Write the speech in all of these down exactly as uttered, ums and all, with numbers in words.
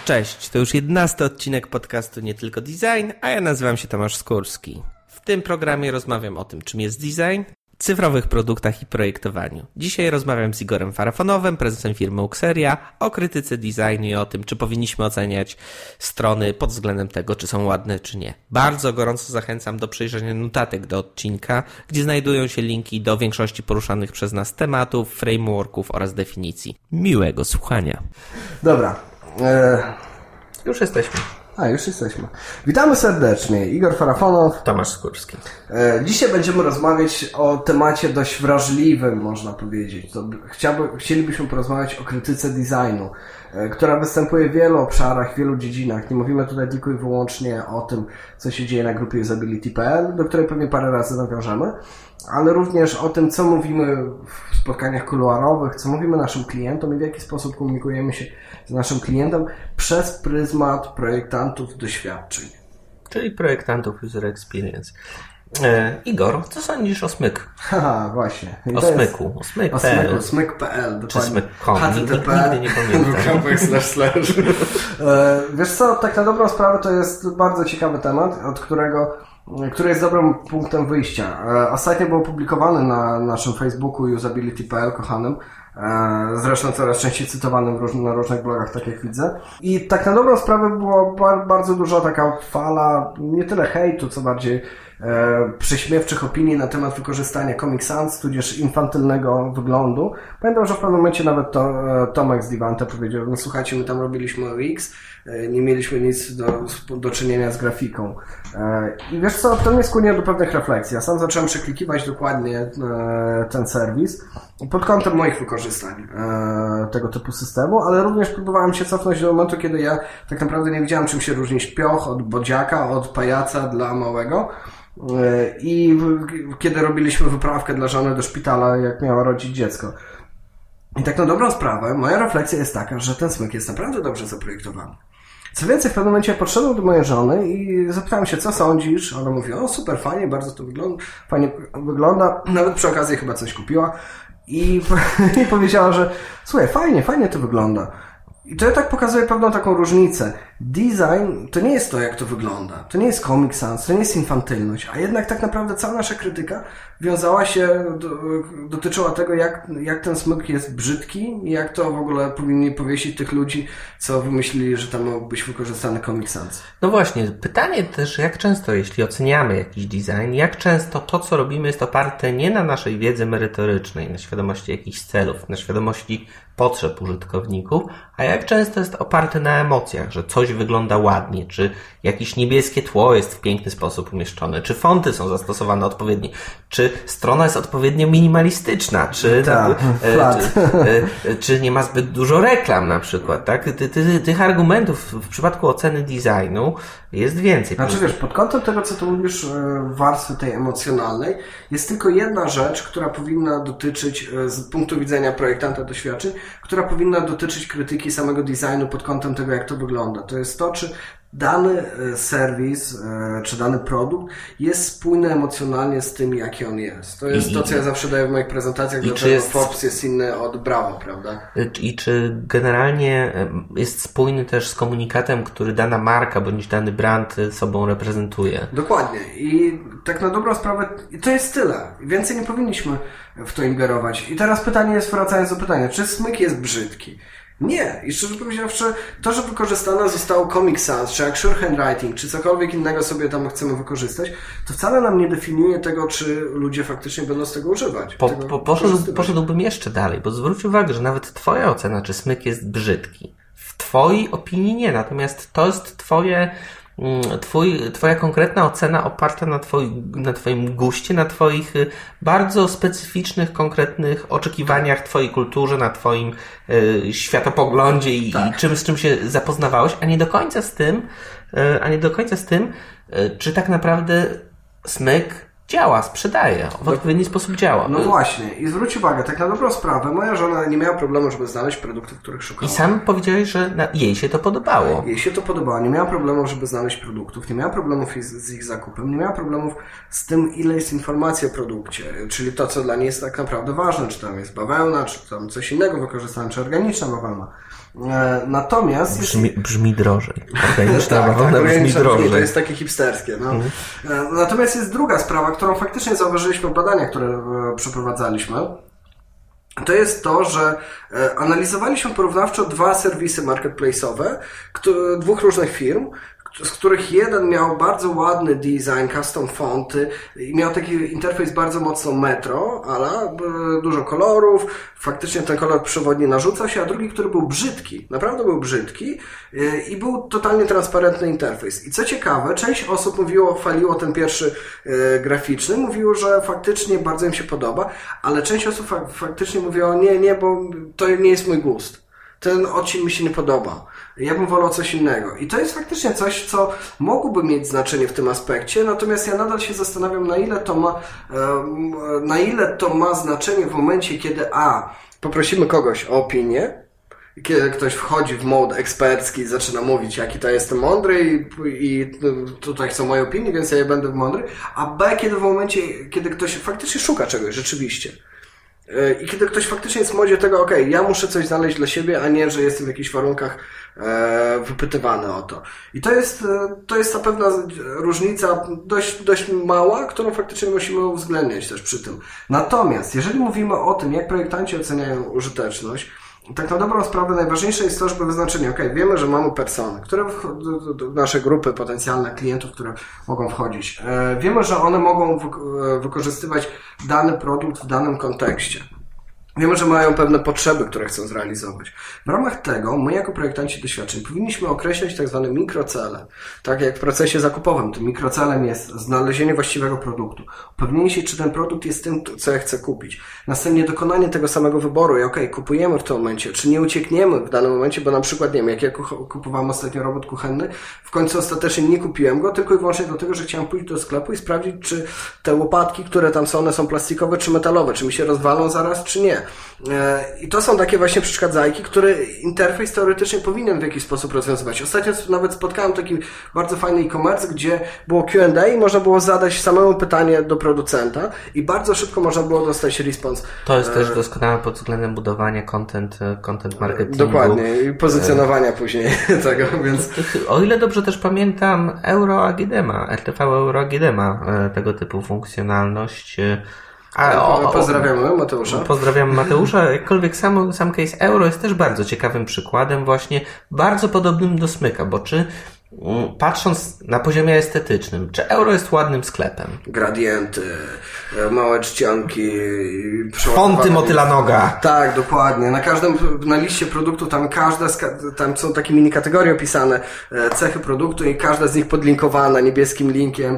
Cześć, to już jedenasty odcinek podcastu Nie Tylko Design, a ja nazywam się Tomasz Skórski. W tym programie rozmawiam o tym, czym jest design, cyfrowych produktach i projektowaniu. Dzisiaj rozmawiam z Igorem Farafonowem, prezesem firmy Uxeria, o krytyce designu i o tym, czy powinniśmy oceniać strony pod względem tego, czy są ładne, czy nie. Bardzo gorąco zachęcam do przejrzenia notatek do odcinka, gdzie znajdują się linki do większości poruszanych przez nas tematów, frameworków oraz definicji. Miłego słuchania. Dobra. E... Już jesteśmy. A, już jesteśmy. Witamy serdecznie. Igor Farafonow. Tomasz Skórski. E, dzisiaj będziemy rozmawiać o temacie dość wrażliwym, można powiedzieć. To chciałby, chcielibyśmy porozmawiać o krytyce designu, e, która występuje w wielu obszarach, w wielu dziedzinach. Nie mówimy tutaj tylko i wyłącznie o tym, co się dzieje na grupie usability kropka p l, do której pewnie parę razy nawiążemy, ale również o tym, co mówimy w spotkaniach kuluarowych, co mówimy naszym klientom i w jaki sposób komunikujemy się z naszym klientem przez pryzmat projektantów doświadczeń. Czyli projektantów user experience. E, Igor, co sądzisz o smyk? Haha, właśnie. I o smyku. Jest... O smyk kropka p l. O smyk kropka p l, dokładnie. Czy smyk kropka com. Nigdy, nigdy nie pamiętam. slash slash. Wiesz co, tak na dobrą sprawę to jest bardzo ciekawy temat, od którego który jest dobrym punktem wyjścia. Ostatnio był opublikowany na naszym Facebooku usability kropka p l kochanym, zresztą coraz częściej cytowanym na różnych blogach, tak jak widzę. I tak na dobrą sprawę było bardzo dużo taka fala, nie tyle hejtu, co bardziej e, prześmiewczych opinii na temat wykorzystania Comic Sans, tudzież infantylnego wyglądu. Pamiętam, że w pewnym momencie nawet to, e, Tomek z Divante powiedział, no słuchajcie, my tam robiliśmy U X, e, nie mieliśmy nic do, do czynienia z grafiką. E, I wiesz co, to mnie skłoniło do pewnych refleksji. Ja sam zacząłem przeklikiwać dokładnie e, ten serwis pod kątem moich wykorzystań e, tego typu systemu, ale również próbowałem się cofnąć do momentu, kiedy ja tak naprawdę nie wiedziałem, czym się różni śpioch od bodziaka, od pajaca dla małego. E, I w, kiedy robiliśmy wyprawkę dla żony do szpitala, jak miała rodzić dziecko. I tak na dobrą sprawę, moja refleksja jest taka, że ten smyk jest naprawdę dobrze zaprojektowany. Co więcej, w pewnym momencie podszedłem do mojej żony i zapytałem się, co sądzisz? Ona mówi, o super, fajnie, bardzo to wygląda, fajnie wygląda, nawet przy okazji chyba coś kupiła. I, I powiedziała, że słuchaj, fajnie, fajnie to wygląda. I to tak pokazuje pewną taką różnicę. Design to nie jest to, jak to wygląda. To nie jest Comic Sans, to nie jest infantylność. A jednak tak naprawdę cała nasza krytyka wiązała się, do, dotyczyła tego, jak, jak ten smyk jest brzydki i jak to w ogóle powinni powiesić tych ludzi, co wymyślili, że tam mógł być wykorzystany Comic Sans. No właśnie, pytanie też, jak często, jeśli oceniamy jakiś design, jak często to, co robimy, jest oparte nie na naszej wiedzy merytorycznej, na świadomości jakichś celów, na świadomości potrzeb użytkowników, a jak często jest oparte na emocjach, że coś wygląda ładnie, czy jakieś niebieskie tło jest w piękny sposób umieszczone, czy fonty są zastosowane odpowiednio, czy strona jest odpowiednio minimalistyczna, czy, Ta, e, czy, e, czy nie ma zbyt dużo reklam na przykład, tak? Ty, ty, tych argumentów w przypadku oceny designu jest więcej. Znaczy wiesz, pod kątem tego, co tu mówisz, warstwy tej emocjonalnej, jest tylko jedna rzecz, która powinna dotyczyć z punktu widzenia projektanta doświadczeń, która powinna dotyczyć krytyki samego designu pod kątem tego, jak to wygląda. To jest to, czy dany serwis, czy dany produkt jest spójny emocjonalnie z tym, jaki on jest. To jest I, to, co ja zawsze daję w moich prezentacjach, dlaczego jest... Forbes jest inny od Bravo, prawda? I czy generalnie jest spójny też z komunikatem, który dana marka bądź dany brand sobą reprezentuje? Dokładnie. I tak na dobrą sprawę, i to jest tyle. Więcej nie powinniśmy w to ingerować. I teraz pytanie jest, wracając do pytania, czy smyk jest brzydki? Nie. I szczerze powiedziawszy, to, że wykorzystane zostało Comic Sans, czy Sure Handwriting, czy cokolwiek innego sobie tam chcemy wykorzystać, to wcale nam nie definiuje tego, czy ludzie faktycznie będą z tego używać. Po, po, poszedł, poszedłbym jeszcze dalej, bo zwróć uwagę, że nawet twoja ocena, czy smyk jest brzydki, w twojej opinii nie, natomiast to jest twoje... Twój, twoja konkretna ocena oparta na, twoi, na twoim guście, na twoich bardzo specyficznych, konkretnych oczekiwaniach, twojej kulturze, na twoim y, światopoglądzie i, tak. i czym, z czym się zapoznawałeś, a nie do końca z tym, y, a nie do końca z tym, y, czy tak naprawdę smyk działa, sprzedaje, w odpowiedni sposób działa. No właśnie. I zwróć uwagę, tak na dobrą sprawę, moja żona nie miała problemu, żeby znaleźć produktów, których szukała. I sam powiedziałeś, że na, jej się to podobało. Jej się to podobało. Nie miała problemu, żeby znaleźć produktów, nie miała problemów z, z ich zakupem, nie miała problemów z tym, ile jest informacji o produkcie, czyli to, co dla niej jest tak naprawdę ważne, czy tam jest bawełna, czy tam coś innego wykorzystane, czy organiczna bawełna. Natomiast... Brzmi, brzmi drożej. Organiczna tak, bawełna tak, brzmi drożej. To jest takie hipsterskie. No. Mhm. Natomiast jest druga sprawa, którą faktycznie zauważyliśmy w badaniach, które przeprowadzaliśmy. To jest to, że analizowaliśmy porównawczo dwa serwisy marketplace'owe dwóch różnych firm, z których jeden miał bardzo ładny design, custom fonty i miał taki interfejs bardzo mocno metro, ale dużo kolorów, faktycznie ten kolor przewodni narzucał się, a drugi, który był brzydki, naprawdę był brzydki i był totalnie transparentny interfejs. I co ciekawe, część osób mówiło, chwaliło ten pierwszy graficzny, mówiło, że faktycznie bardzo im się podoba, ale część osób faktycznie mówiło, nie, nie, bo to nie jest mój gust. Ten odcień mi się nie podoba. Ja bym wolał coś innego. I to jest faktycznie coś, co mogłoby mieć znaczenie w tym aspekcie, natomiast ja nadal się zastanawiam, na ile to ma, na ile to ma znaczenie w momencie, kiedy a, poprosimy kogoś o opinię, kiedy ktoś wchodzi w mode ekspercki i zaczyna mówić, jaki to jestem mądry i, i tutaj chcą moje opinie, więc ja będę mądry, a b, kiedy w momencie, kiedy ktoś faktycznie szuka czegoś, rzeczywiście. I kiedy ktoś faktycznie jest w modzie tego, okej, okay, ja muszę coś znaleźć dla siebie, a nie, że jestem w jakichś warunkach e, wypytywany o to. I to jest, to jest ta pewna różnica dość, dość mała, którą faktycznie musimy uwzględniać też przy tym. Natomiast, jeżeli mówimy o tym, jak projektanci oceniają użyteczność, tak na dobrą sprawę najważniejsze jest to, żeby wyznaczenie, ok, wiemy, że mamy persony, które w nasze grupy potencjalne klientów, które mogą wchodzić. E, wiemy, że one mogą wy- wykorzystywać dany produkt w danym kontekście. Wiemy, że mają pewne potrzeby, które chcą zrealizować. W ramach tego my jako projektanci doświadczeń powinniśmy określać tak zwane mikrocele. Tak jak w procesie zakupowym, tym mikrocelem jest znalezienie właściwego produktu. Upewnienie się, czy ten produkt jest tym, co ja chcę kupić. Następnie dokonanie tego samego wyboru i okej, okay, kupujemy w tym momencie, czy nie uciekniemy w danym momencie, bo na przykład, nie wiem, jak ja kupowałem ostatnio robot kuchenny, w końcu ostatecznie nie kupiłem go, tylko i wyłącznie dlatego, że chciałem pójść do sklepu i sprawdzić, czy te łopatki, które tam są, one są plastikowe czy metalowe, czy mi się rozwalą zaraz, czy nie. I to są takie właśnie przeszkadzajki, które interfejs teoretycznie powinien w jakiś sposób rozwiązywać. Ostatnio nawet spotkałem taki bardzo fajny e-commerce, gdzie było Q and A i można było zadać samemu pytanie do producenta i bardzo szybko można było dostać response. To jest też doskonałe pod względem budowania content, content marketingu. Dokładnie i pozycjonowania później tego, więc... O ile dobrze też pamiętam, Euro A G D ma, R T V Euro A G D ma tego typu funkcjonalność. A, o, pozdrawiamy Mateusza. Pozdrawiam Mateusza. Jakkolwiek sam, sam case Euro jest też bardzo ciekawym przykładem, właśnie bardzo podobnym do Smyka, bo czy patrząc na poziomie estetycznym, czy Euro jest ładnym sklepem? Gradienty, małe czcionki, fonty motyla noga. Tak, dokładnie. Na każdym, na liście produktów tam każda, tam są takie mini kategorie opisane, cechy produktu i każda z nich podlinkowana niebieskim linkiem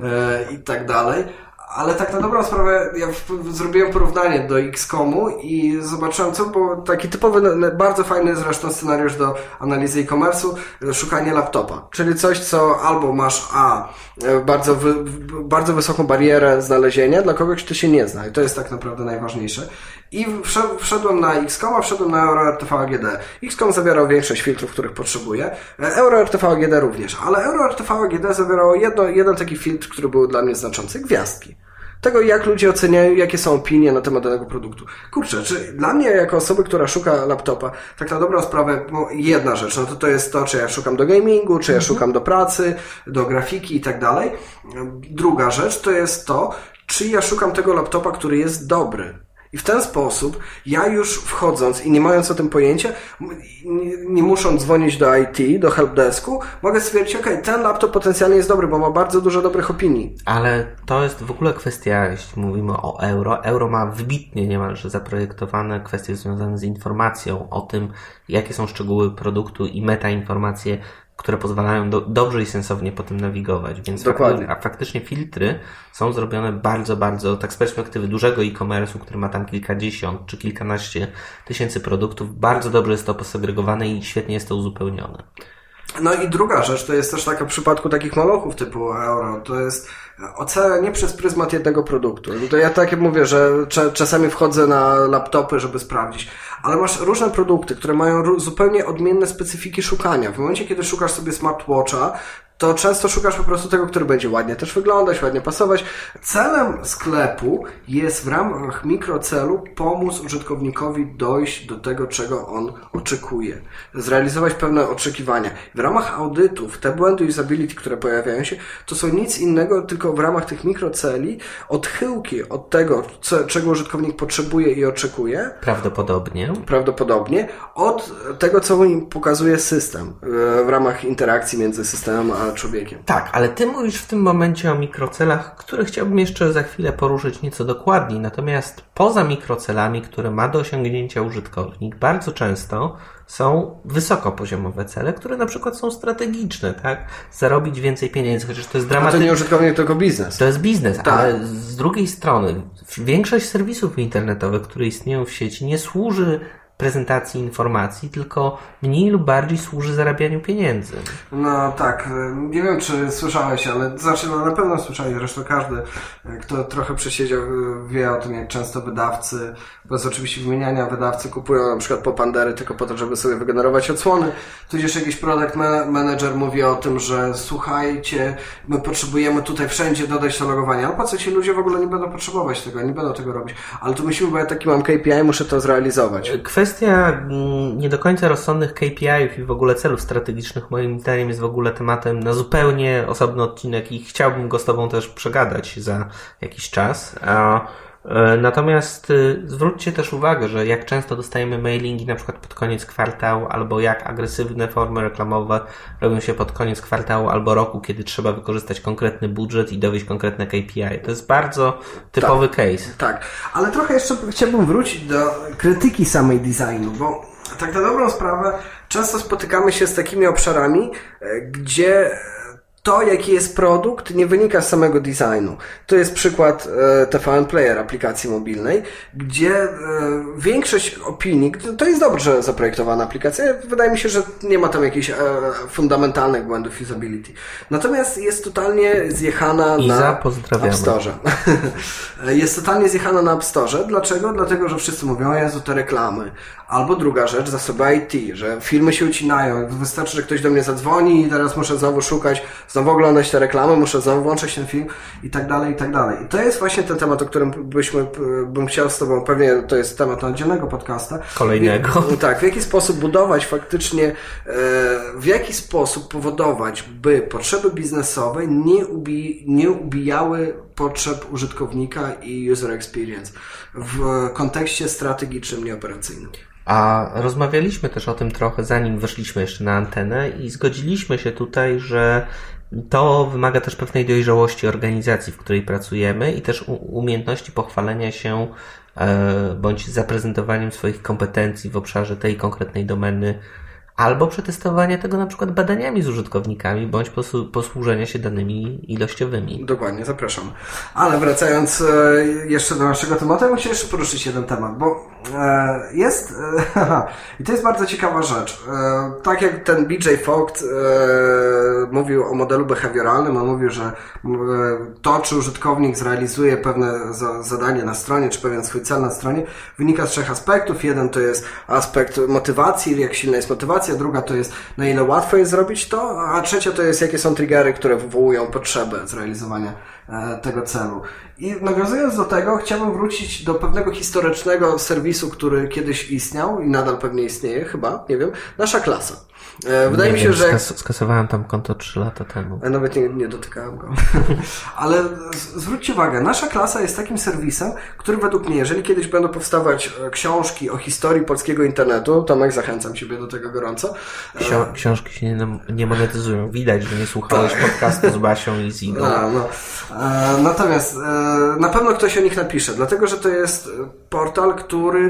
i tak dalej. Ale tak na dobrą sprawę, ja zrobiłem porównanie do X komu i zobaczyłem co, bo taki typowy, bardzo fajny zresztą scenariusz do analizy e-commerce'u, szukanie laptopa. Czyli coś, co albo masz a bardzo, wy, bardzo wysoką barierę znalezienia dla kogoś, kto się nie zna i to jest tak naprawdę najważniejsze. I wszedłem na X kom, a wszedłem na Euro R T V A G D. X kom zawierał większość filtrów, których potrzebuję. Euro R T V A G D również, ale Euro R T V A G D zawierało jedno, jeden taki filtr, który był dla mnie znaczący, gwiazdki. Tego, jak ludzie oceniają, jakie są opinie na temat danego produktu. Kurczę, czy dla mnie, jako osoby, która szuka laptopa, tak na dobrą sprawę, no, jedna rzecz, no to to jest to, czy ja szukam do gamingu, czy ja szukam do pracy, do grafiki i tak dalej. Druga rzecz to jest to, czy ja szukam tego laptopa, który jest dobry. I w ten sposób ja już wchodząc i nie mając o tym pojęcia, nie, nie musząc dzwonić do I T, do helpdesku, mogę stwierdzić, ok, ten laptop potencjalnie jest dobry, bo ma bardzo dużo dobrych opinii. Ale to jest w ogóle kwestia, jeśli mówimy o Euro, Euro ma wybitnie niemalże zaprojektowane kwestie związane z informacją o tym, jakie są szczegóły produktu i metainformacje, które pozwalają do, dobrze i sensownie po tym nawigować. Więc Dokładnie. Fakty, a faktycznie filtry są zrobione bardzo, bardzo, tak z perspektywy dużego e-commerce'u, który ma tam kilkadziesiąt czy kilkanaście tysięcy produktów, bardzo dobrze jest to posegregowane i świetnie jest to uzupełnione. No i druga rzecz, to jest też taka w przypadku takich malochów typu Euro, to jest ocena nie przez pryzmat jednego produktu. To ja tak jak mówię, że czasami wchodzę na laptopy, żeby sprawdzić, ale masz różne produkty, które mają zupełnie odmienne specyfiki szukania. W momencie, kiedy szukasz sobie smartwatcha, to często szukasz po prostu tego, który będzie ładnie też wyglądać, ładnie pasować. Celem sklepu jest w ramach mikrocelu pomóc użytkownikowi dojść do tego, czego on oczekuje. Zrealizować pewne oczekiwania. W ramach audytów te błędy usability, które pojawiają się, to są nic innego, tylko w ramach tych mikroceli odchyłki od tego, co, czego użytkownik potrzebuje i oczekuje. Prawdopodobnie. Prawdopodobnie. Od tego, co im pokazuje system w ramach interakcji między systemem a człowiekiem. Tak, ale ty mówisz w tym momencie o mikrocelach, które chciałbym jeszcze za chwilę poruszyć nieco dokładniej. Natomiast poza mikrocelami, które ma do osiągnięcia użytkownik, bardzo często są wysokopoziomowe cele, które na przykład są strategiczne, tak? Zarobić więcej pieniędzy, chociaż to jest dramatyczne. A to nie użytkownik, tylko biznes. To jest biznes, tak. Ale z drugiej strony większość serwisów internetowych, które istnieją w sieci, nie służy prezentacji informacji, tylko mniej lub bardziej służy zarabianiu pieniędzy. No tak, nie wiem czy słyszałeś, ale znaczy no, na pewno słyszałeś, zresztą każdy, kto trochę przesiedział, wie o tym, jak często wydawcy, bez oczywiście wymieniania, wydawcy kupują na przykład popandery tylko po to, żeby sobie wygenerować odsłony, tudzież jakiś product manager mówi o tym, że słuchajcie, my potrzebujemy tutaj wszędzie dodać to logowanie, ale po co ci ludzie w ogóle nie będą potrzebować tego, nie będą tego robić, ale tu musimy, bo ja taki mam K P I, muszę to zrealizować. Kwestia nie do końca rozsądnych K P I ów i w ogóle celów strategicznych moim zdaniem jest w ogóle tematem na zupełnie osobny odcinek i chciałbym go z Tobą też przegadać za jakiś czas. Natomiast zwróćcie też uwagę, że jak często dostajemy mailingi na przykład pod koniec kwartału, albo jak agresywne formy reklamowe robią się pod koniec kwartału albo roku, kiedy trzeba wykorzystać konkretny budżet i dowieść konkretne K P I. To jest bardzo typowy tak, case. Tak, ale trochę jeszcze chciałbym wrócić do krytyki samej designu, bo tak na dobrą sprawę często spotykamy się z takimi obszarami, gdzie to, jaki jest produkt, nie wynika z samego designu. To jest przykład e, T V N Player, aplikacji mobilnej, gdzie e, większość opinii, to jest dobrze zaprojektowana aplikacja, wydaje mi się, że nie ma tam jakichś e, fundamentalnych błędów usability. Natomiast jest totalnie zjechana Iza, na pozdrawiamy. App Store. Jest totalnie zjechana na App Store. Dlaczego? Dlatego, że wszyscy mówią, o Jezu, te reklamy. Albo druga rzecz, zasoby I T, że filmy się ucinają. Wystarczy, że ktoś do mnie zadzwoni i teraz muszę znowu szukać, znowu oglądać te reklamy, muszę znowu włączyć ten film i tak dalej, i tak dalej. I to jest właśnie ten temat, o którym byśmy, bym chciał z Tobą, pewnie to jest temat oddzielnego podcasta. Kolejnego. W, tak, w jaki sposób budować faktycznie, w jaki sposób powodować, by potrzeby biznesowe nie, ubi, nie ubijały potrzeb użytkownika i user experience w kontekście strategicznym, nieoperacyjnym. A rozmawialiśmy też o tym trochę, zanim weszliśmy jeszcze na antenę i zgodziliśmy się tutaj, że to wymaga też pewnej dojrzałości organizacji, w której pracujemy i też umiejętności pochwalenia się e, bądź zaprezentowaniem swoich kompetencji w obszarze tej konkretnej domeny, albo przetestowania tego na przykład badaniami z użytkownikami, bądź posłu- posłużenia się danymi ilościowymi. Dokładnie, zapraszam. Ale wracając e, jeszcze do naszego tematu, ja bym chciał jeszcze poruszyć jeden temat, bo e, jest, e, i to jest bardzo ciekawa rzecz, e, tak jak ten B J Fogg e, mówił o modelu behawioralnym, on mówił, że e, to, czy użytkownik zrealizuje pewne za, zadanie na stronie, czy pewien swój cel na stronie, wynika z trzech aspektów. Jeden to jest aspekt motywacji, jak silna jest motywacja, druga to jest, na ile łatwo jest zrobić to, a trzecia to jest, jakie są triggery, które wywołują potrzebę zrealizowania e, tego celu. I nawiązując do tego, chciałbym wrócić do pewnego historycznego serwisu, który kiedyś istniał i nadal pewnie istnieje, chyba, nie wiem, Nasza Klasa. E, wydaje nie mi się, wiem, że... skas- skasowałem tam konto trzy lata temu. Ja nawet nie, nie dotykałem go. Ale zwróćcie uwagę, Nasza Klasa jest takim serwisem, który według mnie, jeżeli kiedyś będą powstawać książki o historii polskiego internetu, Tomek, zachęcam Ciebie do tego gorąco. Ksio- książki się nie, nie monetyzują. Widać, że nie słuchałeś podcastu z Basią i z Igą. No, no. E, natomiast e, na pewno ktoś o nich napisze, dlatego że to jest portal, który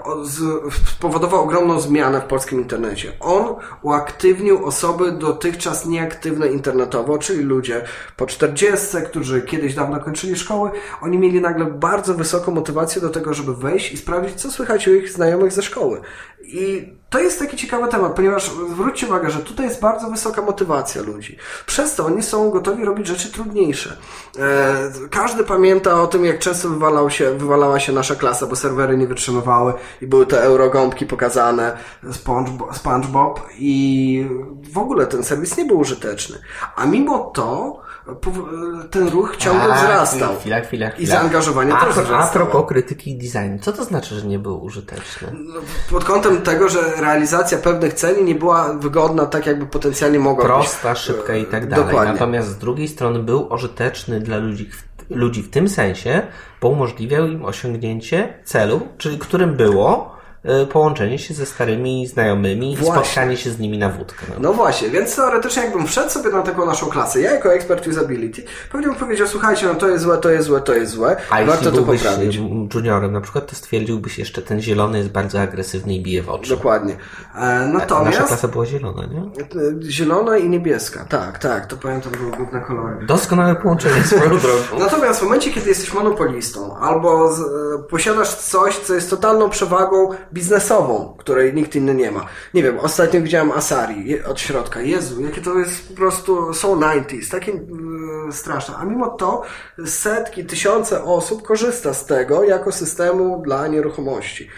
spowodował ogromną zmianę w polskim internecie. On uaktywnił osoby dotychczas nieaktywne internetowo, czyli ludzie po czterdziestce, którzy kiedyś dawno kończyli szkoły. Oni mieli nagle bardzo wysoką motywację do tego, żeby wejść i sprawdzić, co słychać u ich znajomych ze szkoły. I to jest taki ciekawy temat, ponieważ zwróćcie uwagę, że tutaj jest bardzo wysoka motywacja ludzi. Przez to oni są gotowi robić rzeczy trudniejsze. E, każdy pamięta o tym, jak często wywalał się, wywalała się nasza klasa, bo serwery nie wytrzymywały i były te eurogąbki pokazane, SpongeBob, SpongeBob i w ogóle ten serwis nie był użyteczny. A mimo to ten ruch ciągle A, wzrastał. Chwila, chwila, chwila. I zaangażowanie a, też wzrastało. A propos krytyki i designu, co to znaczy, że nie był użyteczny? No, pod kątem tego, że realizacja pewnych celi nie była wygodna tak, jakby potencjalnie mogła być. Prosta, szybka i tak dalej. Dokładnie. Natomiast z drugiej strony był użyteczny dla ludzi, ludzi w tym sensie, bo umożliwiał im osiągnięcie celu, czyli którym było połączenie się ze starymi znajomymi i spotkanie się z nimi na wódkę. No. no właśnie, więc teoretycznie jakbym wszedł sobie na taką naszą klasę, ja jako ekspert usability, pewnie bym powiedział, słuchajcie, no to jest złe, to jest złe, to jest złe, a warto jeśli to byłbyś poprawić. juniorem na przykład, to stwierdziłbyś jeszcze, ten zielony jest bardzo agresywny i bije w oczy. Dokładnie. E, natomiast... Nasza klasa była zielona, nie? Zielona i niebieska, tak, tak, to pamiętam, były główne kolory. Doskonałe połączenie swoją drogą. Natomiast w momencie, kiedy jesteś monopolistą, albo z, posiadasz coś, co jest totalną przewagą biznesową, której nikt inny nie ma. Nie wiem, ostatnio widziałem Asari od środka. Jezu, jakie to jest po prostu, są dziewięćdziesiąte, takie yy, straszne. A mimo to setki, tysiące osób korzysta z tego jako systemu dla nieruchomości.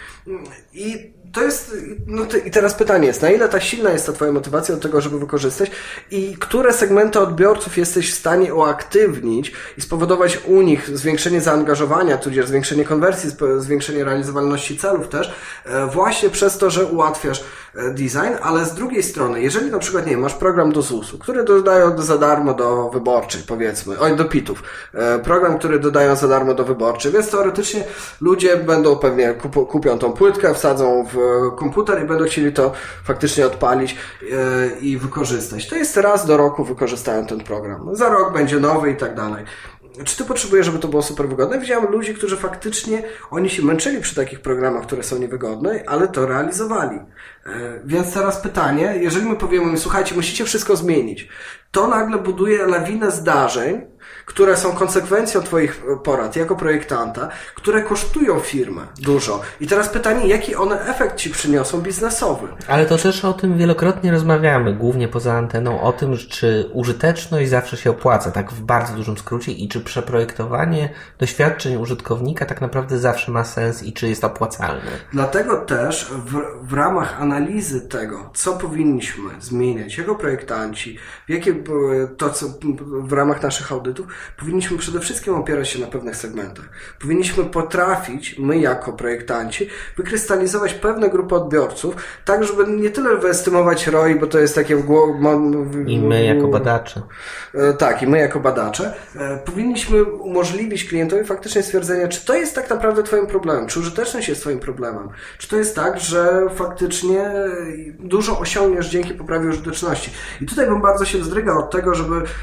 I to jest, no to, i teraz pytanie jest, na ile ta silna jest ta twoja motywacja do tego, żeby wykorzystać i które segmenty odbiorców jesteś w stanie uaktywnić i spowodować u nich zwiększenie zaangażowania, tudzież zwiększenie konwersji, zwiększenie realizowalności celów też, właśnie przez to, że ułatwiasz design, ale z drugiej strony, jeżeli na przykład, nie wiem, masz program do zusu, który dodają za darmo do wyborczej, powiedzmy, oj, do pitów, program, który dodają za darmo do wyborczej, więc teoretycznie ludzie będą pewnie kup- kupią tą płytkę, wsadzą w komputer i będą chcieli to faktycznie odpalić i wykorzystać. To jest raz do roku wykorzystają ten program. Za rok będzie nowy i tak dalej. Czy ty potrzebujesz, żeby to było super wygodne? Widziałem ludzi, którzy faktycznie, oni się męczyli przy takich programach, które są niewygodne, ale to realizowali. Więc teraz pytanie, jeżeli my powiemy, słuchajcie, musicie wszystko zmienić, to nagle buduje lawinę zdarzeń, które są konsekwencją twoich porad jako projektanta, które kosztują firmę dużo. I teraz pytanie, jaki one efekt ci przyniosą biznesowy? Ale to też o tym wielokrotnie rozmawiamy, głównie poza anteną, o tym, czy użyteczność zawsze się opłaca, tak w bardzo dużym skrócie, i czy przeprojektowanie doświadczeń użytkownika tak naprawdę zawsze ma sens i czy jest opłacalne. Dlatego też w, w ramach analizy tego, co powinniśmy zmieniać jako projektanci, w jakie to, co w ramach naszych audytów, powinniśmy przede wszystkim opierać się na pewnych segmentach. Powinniśmy potrafić, my jako projektanci, wykrystalizować pewne grupy odbiorców, tak żeby nie tyle wyestymować R O I, bo to jest takie w głowie... I my jako badacze. Tak, i my jako badacze. Powinniśmy umożliwić klientowi faktycznie stwierdzenie, czy to jest tak naprawdę twoim problemem, czy użyteczność jest twoim problemem, czy to jest tak, że faktycznie dużo osiągniesz dzięki poprawie użyteczności. I tutaj bym bardzo się wzdrygał od tego, żeby e,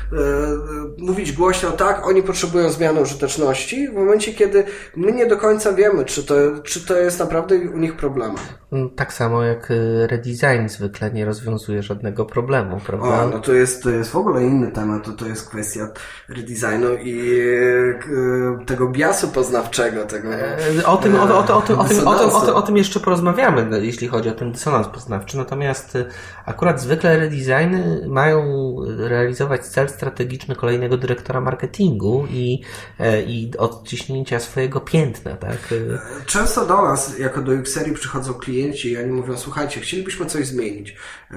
mówić głośno, tak, oni potrzebują zmiany użyteczności, w momencie, kiedy my nie do końca wiemy, czy to, czy to jest naprawdę u nich problemem. Tak samo jak redesign zwykle nie rozwiązuje żadnego problemu, prawda? O, no to jest, to jest w ogóle inny temat, to, to jest kwestia redesignu i e, tego biasu poznawczego, tego... O tym, o, o, o, o, tym, o, tym, o, tym, o, tym, o tym jeszcze porozmawiamy, jeśli chodzi o ten dysonans poznawczy, natomiast akurat zwykle redesigny mają realizować cel strategiczny kolejnego dyrektora marketingu i, i odciśnięcia swojego piętna, tak? Często do nas, jako do Uxerii, przychodzą klienci i oni mówią, słuchajcie, chcielibyśmy coś zmienić.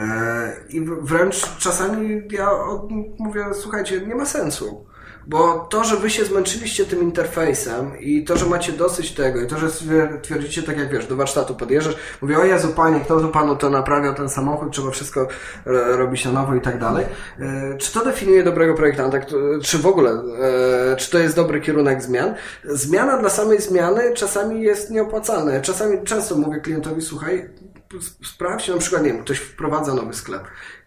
I wręcz czasami ja mówię, słuchajcie, nie ma sensu. Bo to, że wy się zmęczyliście tym interfejsem i to, że macie dosyć tego i to, że twierdzicie, tak jak wiesz, do warsztatu podjeżdżasz, mówię, o Jezu, panie, kto tu panu to naprawiał ten samochód, trzeba wszystko robić na nowo i tak dalej. Czy to definiuje dobrego projektanta? Czy w ogóle, czy to jest dobry kierunek zmian? Zmiana dla samej zmiany czasami jest nieopłacalna. Czasami często mówię klientowi, słuchaj, sprawdź, na przykład, nie wiem, ktoś wprowadza nowy sklep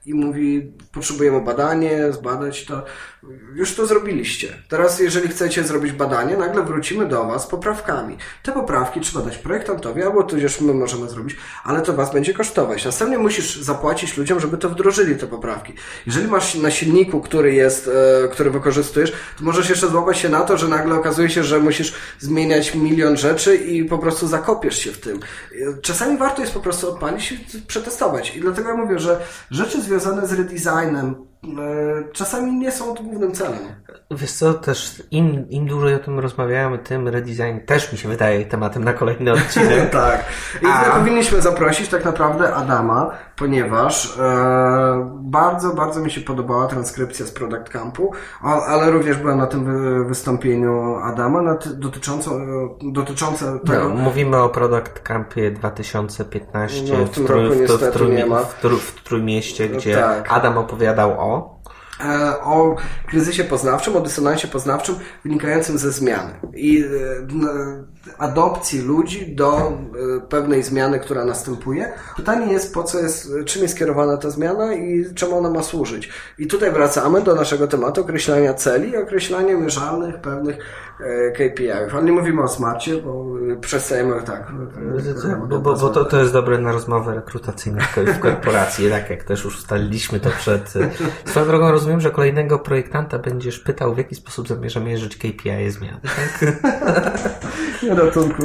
i mówi, potrzebujemy badanie, zbadać to. Już to zrobiliście. Teraz jeżeli chcecie zrobić badanie, nagle wrócimy do was z poprawkami. Te poprawki trzeba dać projektantowi, albo tudzież my możemy zrobić, ale to was będzie kosztować. Następnie musisz zapłacić ludziom, żeby to wdrożyli, te poprawki. Jeżeli masz na silniku, który jest, e, który wykorzystujesz, to możesz jeszcze złapać się na to, że nagle okazuje się, że musisz zmieniać milion rzeczy i po prostu zakopiesz się w tym. Czasami warto jest po prostu odpalić i przetestować. I dlatego ja mówię, że rzeczy związane z redesignem czasami nie są głównym celem. Wiesz co, też im, im dłużej o tym rozmawiamy, tym redesign też mi się wydaje tematem na kolejny odcinek. Tak. I A... powinniśmy zaprosić tak naprawdę Adama, ponieważ e, bardzo, bardzo mi się podobała transkrypcja z Product Campu, ale również byłem na tym wy, wystąpieniu Adama nad, dotyczące, dotyczące tego... No, mówimy o Product Campie dwa tysiące piętnastym no, w tym w, roku w, niestety w, nie ma. W, w, w Trójmieście, gdzie tak. Adam opowiadał o o kryzysie poznawczym, o dysonansie poznawczym wynikającym ze zmiany i adopcji ludzi do pewnej zmiany, która następuje. Pytanie jest, po co jest, czym jest kierowana ta zmiana i czemu ona ma służyć. I tutaj wracamy do naszego tematu określania celi i określania mierzalnych pewnych K P I-ów. Ale nie mówimy o smarcie, bo przestajemy tak. Bo, bo, bo to, to jest dobre na rozmowę rekrutacyjną w korporacji, tak jak też już ustaliliśmy to przed... Swoją drogą rozumiem, że kolejnego projektanta będziesz pytał, w jaki sposób zamierza mierzyć K P I zmiany, tak? Nie ratunku.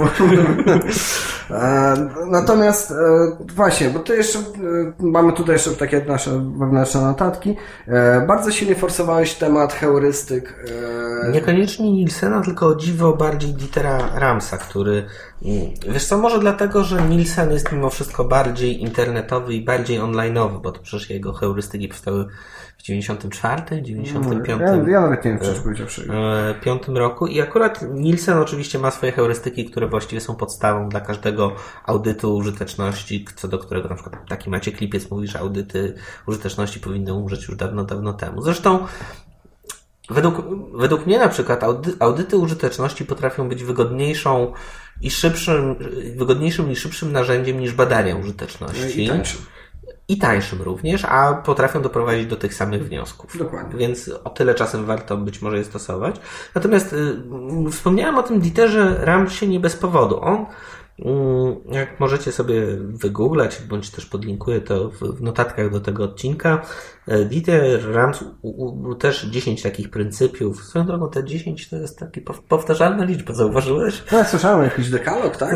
Natomiast właśnie, bo to jeszcze mamy tutaj jeszcze takie nasze wewnętrzne notatki. Bardzo silnie forsowałeś temat heurystyk. Niekoniecznie Nielsena, tylko o dziwo bardziej Dietera Ramsa, który, wiesz co, może dlatego, że Nielsen jest mimo wszystko bardziej internetowy i bardziej online'owy, bo to przecież jego heurystyki powstały w dziewięćdziesiątym czwartym, dziewięćdziesiątym piątym Ja, ja nawet nie wiem, czy powiedziawszy. piątym roku i akurat Nielsen oczywiście ma swoje heurystyki, które właściwie są podstawą dla każdego audytu użyteczności, co do którego na przykład taki Maciek Lipiec mówi, że audyty użyteczności powinny umrzeć już dawno, dawno temu. Zresztą Według, według mnie na przykład audy, audyty użyteczności potrafią być wygodniejszą i szybszym, wygodniejszym i szybszym narzędziem niż badania użyteczności. I tańszym. I tańszym również, a potrafią doprowadzić do tych samych wniosków. Dokładnie. Więc o tyle czasem warto być może je stosować. Natomiast y, wspomniałem o tym Dieterze Ramsie nie bez powodu. On, y, jak możecie sobie wygooglać, bądź też podlinkuję to w, w notatkach do tego odcinka, Dieter Rams u, u, też dziesięć takich pryncypiów. Swoją drogą te dziesięć to jest taka powtarzalna liczba, zauważyłeś? No, ja słyszałem jakiś dekalog, tak?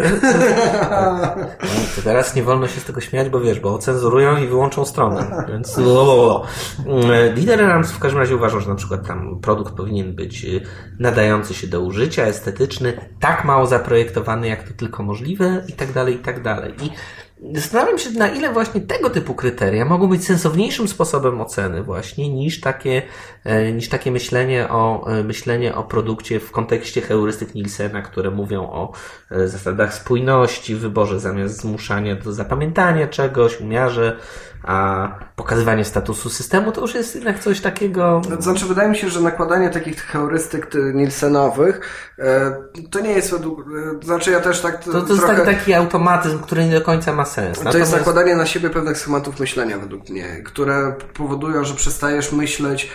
No, to teraz nie wolno się z tego śmiać, bo wiesz, bo ocenzurują i wyłączą stronę. Więc o, Dieter Rams w każdym razie uważał, że na przykład tam produkt powinien być nadający się do użycia, estetyczny, tak mało zaprojektowany, jak to tylko możliwe i tak dalej, i tak dalej. I zastanawiam się, na ile właśnie tego typu kryteria mogą być sensowniejszym sposobem oceny właśnie niż takie, niż takie myślenie o, myślenie o produkcie w kontekście heurystyk Nielsena, które mówią o zasadach spójności w wyborze zamiast zmuszania do zapamiętania czegoś, umiarze, a pokazywanie statusu systemu to już jest jednak coś takiego... Znaczy, wydaje mi się, że nakładanie takich heurystyk Nielsenowych to nie jest według... Znaczy, ja też tak... To, to trochę... jest taki, taki automatyzm, który nie do końca ma sens. To Natomiast... jest nakładanie na siebie pewnych schematów myślenia według mnie, które powodują, że przestajesz myśleć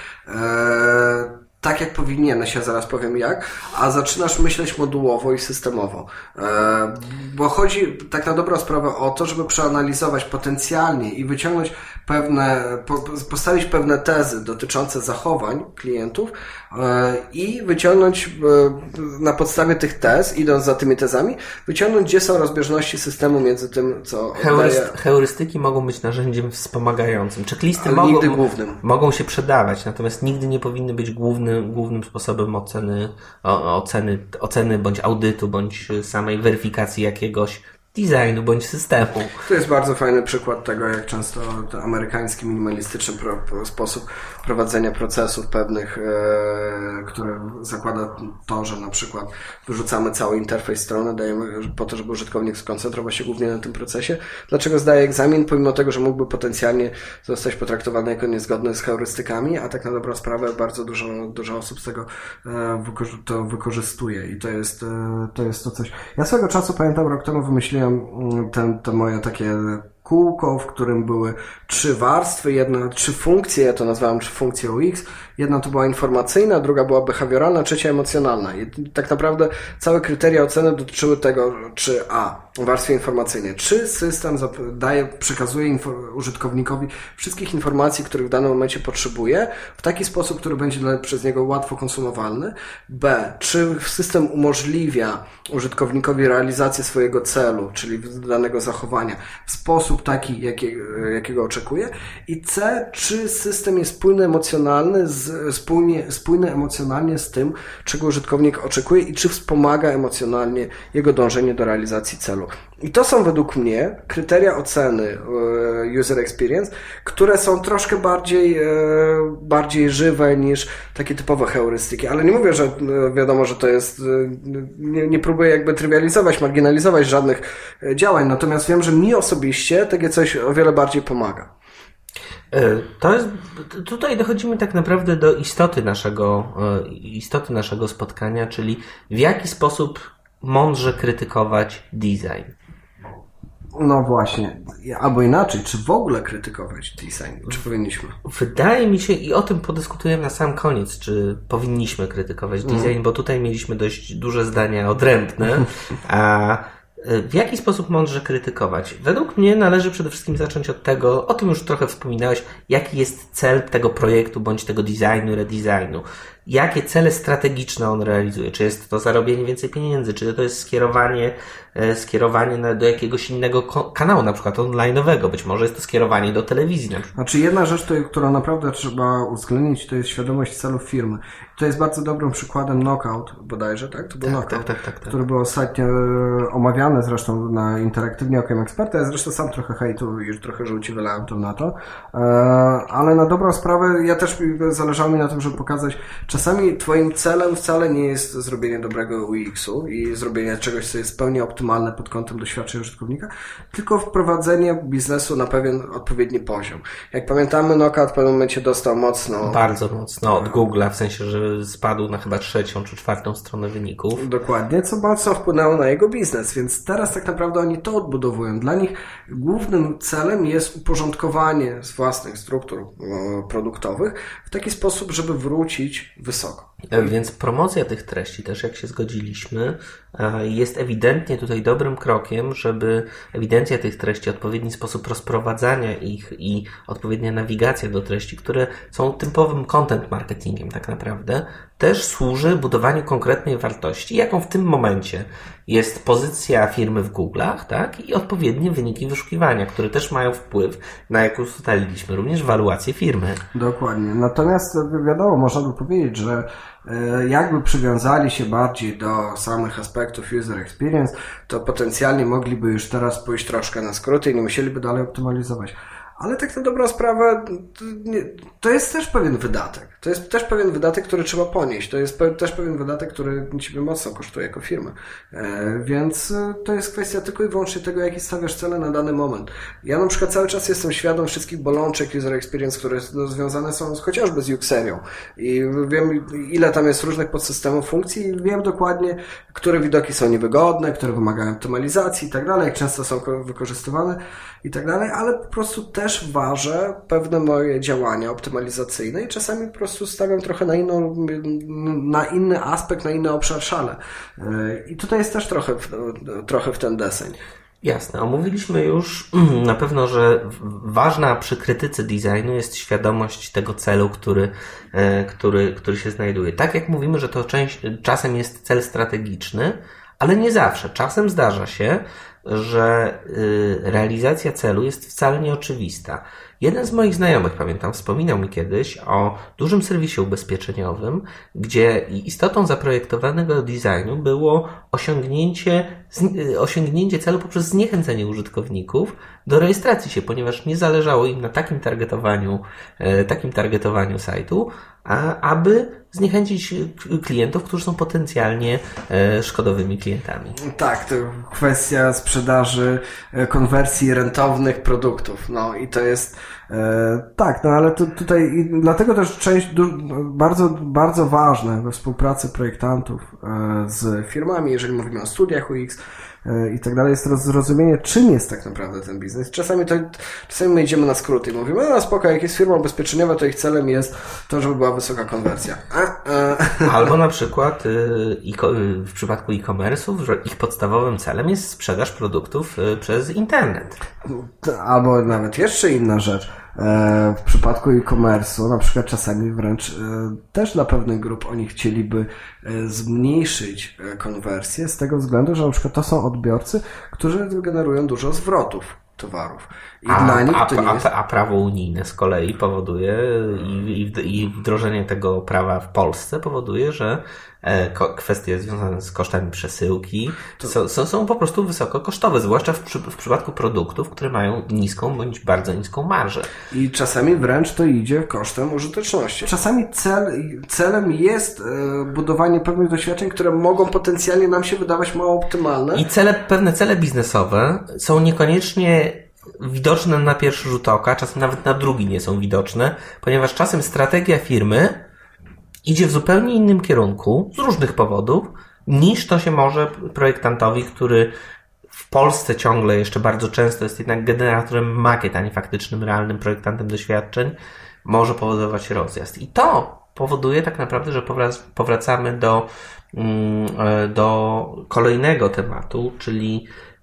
e... tak jak powinieneś, ja zaraz powiem jak, a zaczynasz myśleć modułowo i systemowo. E, bo chodzi tak na dobrą sprawę o to, żeby przeanalizować potencjalnie i wyciągnąć pewne, po, postawić pewne tezy dotyczące zachowań klientów e, i wyciągnąć e, na podstawie tych tez, idąc za tymi tezami, wyciągnąć, gdzie są rozbieżności systemu między tym, co Heuryst, oddaje... Heurystyki mogą być narzędziem wspomagającym. Checklisty Ale mogą, nigdy głównym. mogą się przydawać, natomiast nigdy nie powinny być głównym, głównym sposobem oceny, o, oceny, oceny bądź audytu, bądź samej weryfikacji jakiegoś designu bądź systemu. To jest bardzo fajny przykład tego, jak często to amerykański minimalistyczny pro, pro, sposób prowadzenia procesów pewnych, e, które zakłada to, że na przykład wyrzucamy cały interfejs strony, dajemy po to, żeby użytkownik skoncentrował się głównie na tym procesie. Dlaczego zdaje egzamin, pomimo tego, że mógłby potencjalnie zostać potraktowany jako niezgodny z heurystykami, a tak na dobrą sprawę bardzo dużo, dużo osób z tego e, wykorzy- to wykorzystuje i to jest, e, to jest to coś. Ja swego czasu, pamiętam, rok temu wymyśliłem ten, to moje takie kółko, w którym były trzy warstwy, jedna, trzy funkcje, ja to nazwałem trzy funkcje U X. Jedna to była informacyjna, druga była behawioralna, trzecia emocjonalna. I tak naprawdę całe kryteria oceny dotyczyły tego, czy a, w warstwie informacyjnej, czy system daje, przekazuje info- użytkownikowi wszystkich informacji, których w danym momencie potrzebuje, w taki sposób, który będzie dla, przez niego łatwo konsumowalny. B, czy system umożliwia użytkownikowi realizację swojego celu, czyli danego zachowania, w sposób taki, jaki, jakiego oczekuje. I C, czy system jest spójny emocjonalny, z, spójnie, spójny emocjonalnie z tym, czego użytkownik oczekuje i czy wspomaga emocjonalnie jego dążenie do realizacji celu. I to są według mnie kryteria oceny user experience, które są troszkę bardziej, bardziej żywe niż takie typowe heurystyki. Ale nie mówię, że wiadomo, że to jest, nie, nie próbuję jakby trywializować, marginalizować żadnych działań, natomiast wiem, że mi osobiście takie coś o wiele bardziej pomaga. To jest, tutaj dochodzimy tak naprawdę do istoty naszego, istoty naszego spotkania, czyli w jaki sposób mądrze krytykować design. No właśnie, albo inaczej, czy w ogóle krytykować design, czy powinniśmy? Wydaje mi się, i o tym podyskutujemy na sam koniec, czy powinniśmy krytykować design, mm. bo tutaj mieliśmy dość duże zdania odrębne, a w jaki sposób mądrze krytykować? Według mnie należy przede wszystkim zacząć od tego, o tym już trochę wspominałeś, jaki jest cel tego projektu, bądź tego designu, redesignu. Jakie cele strategiczne on realizuje? Czy jest to zarobienie więcej pieniędzy? Czy to jest skierowanie, skierowanie na, do jakiegoś innego kanału, na przykład online'owego? Być może jest to skierowanie do telewizji. Na przykład. Znaczy jedna rzecz, to, którą naprawdę trzeba uwzględnić, to jest świadomość celów firmy. To jest bardzo dobrym przykładem Knockout bodajże, tak? To był tak, Knockout, tak, tak, tak, tak. który był ostatnio omawiany zresztą na interaktywnie okiem eksperta. Ja zresztą sam trochę hejtu i trochę żółci wylałem to na to. Ale na dobrą sprawę, ja też zależało mi na tym, żeby pokazać, czasami twoim celem wcale nie jest zrobienie dobrego U X-u i zrobienie czegoś, co jest w pełni optymalne pod kątem doświadczeń użytkownika, tylko wprowadzenie biznesu na pewien odpowiedni poziom. Jak pamiętamy, Knockout w pewnym momencie dostał mocno... Bardzo mocno od Google'a, w sensie, że spadł na chyba trzecią czy czwartą stronę wyników. Dokładnie, co mocno wpłynęło na jego biznes, więc teraz tak naprawdę oni to odbudowują. Dla nich głównym celem jest uporządkowanie z własnych struktur produktowych w taki sposób, żeby wrócić wysoko. Więc promocja tych treści, też jak się zgodziliśmy, jest ewidentnie tutaj dobrym krokiem, żeby ewidencja tych treści, odpowiedni sposób rozprowadzania ich i odpowiednia nawigacja do treści, które są typowym content marketingiem tak naprawdę, też służy budowaniu konkretnej wartości, jaką w tym momencie jest pozycja firmy w Google'ach, tak? I odpowiednie wyniki wyszukiwania, które też mają wpływ na, jak ustaliliśmy, również waluację firmy. Dokładnie. Natomiast wiadomo, można by powiedzieć, że jakby przywiązali się bardziej do samych aspektów user experience, to potencjalnie mogliby już teraz pójść troszkę na skróty i nie musieliby dalej optymalizować. Ale tak na dobrą sprawę, to jest też pewien wydatek. To jest też pewien wydatek, który trzeba ponieść. To jest też pewien wydatek, który Ciebie mocno kosztuje jako firmę. Więc to jest kwestia tylko i wyłącznie tego, jaki stawiasz cele na dany moment. Ja na przykład cały czas jestem świadom wszystkich bolączek user experience, które związane są chociażby z Uxerią. I wiem, ile tam jest różnych podsystemów funkcji i wiem dokładnie, które widoki są niewygodne, które wymagają optymalizacji i tak dalej, jak często są wykorzystywane i tak dalej, ale po prostu też ważę pewne moje działania optymalizacyjne i czasami po prostu stawiam trochę na inną, na inny aspekt, na inny obszar szale. I tutaj jest też trochę, trochę w ten deseń. Jasne. Omówiliśmy już na pewno, że ważna przy krytyce designu jest świadomość tego celu, który, który, który się znajduje. Tak jak mówimy, że to część, czasem jest cel strategiczny, ale nie zawsze. Czasem zdarza się, że realizacja celu jest wcale nieoczywista. Jeden z moich znajomych, pamiętam, wspominał mi kiedyś o dużym serwisie ubezpieczeniowym, gdzie istotą zaprojektowanego designu było osiągnięcie, osiągnięcie celu poprzez zniechęcenie użytkowników do rejestracji się, ponieważ nie zależało im na takim targetowaniu, takim targetowaniu sajtu, aby zniechęcić klientów, którzy są potencjalnie szkodowymi klientami. Tak, to kwestia sprzedaży, konwersji rentownych produktów. No i to jest E, tak, no ale to, tutaj i dlatego też część du, bardzo, bardzo ważne we współpracy projektantów e, z firmami, jeżeli mówimy o studiach U X e, i tak dalej, jest zrozumienie, czym jest tak naprawdę ten biznes. Czasami to, czasami my idziemy na skróty i mówimy, no spoko, jak jest firma ubezpieczeniowa, to ich celem jest to, żeby była wysoka konwersja. A, a. Albo na przykład y, i, w przypadku e-commerce'ów, że ich podstawowym celem jest sprzedaż produktów y, przez internet. Albo nawet jeszcze inna rzecz. W przypadku e-commerce'u na przykład czasami wręcz też dla pewnych grup oni chcieliby zmniejszyć konwersję z tego względu, że na przykład to są odbiorcy, którzy generują dużo zwrotów towarów. I a, dla nich a, to nie a, jest... a prawo unijne z kolei powoduje i, i, i wdrożenie tego prawa w Polsce powoduje, że kwestie związane z kosztami przesyłki to... są, są, są po prostu wysoko kosztowe, zwłaszcza w, przy, w przypadku produktów, które mają niską bądź bardzo niską marżę. I czasami wręcz to idzie kosztem użyteczności. Czasami cel, celem jest budowanie pewnych doświadczeń, które mogą potencjalnie nam się wydawać mało optymalne. I cele, pewne cele biznesowe są niekoniecznie widoczne na pierwszy rzut oka, czasem nawet na drugi nie są widoczne, ponieważ czasem strategia firmy idzie w zupełnie innym kierunku, z różnych powodów, niż to się może projektantowi, który w Polsce ciągle jeszcze bardzo często jest jednak generatorem makiet, a nie faktycznym, realnym projektantem doświadczeń, może powodować rozjazd. I to powoduje tak naprawdę, że powracamy do, do kolejnego tematu, czyli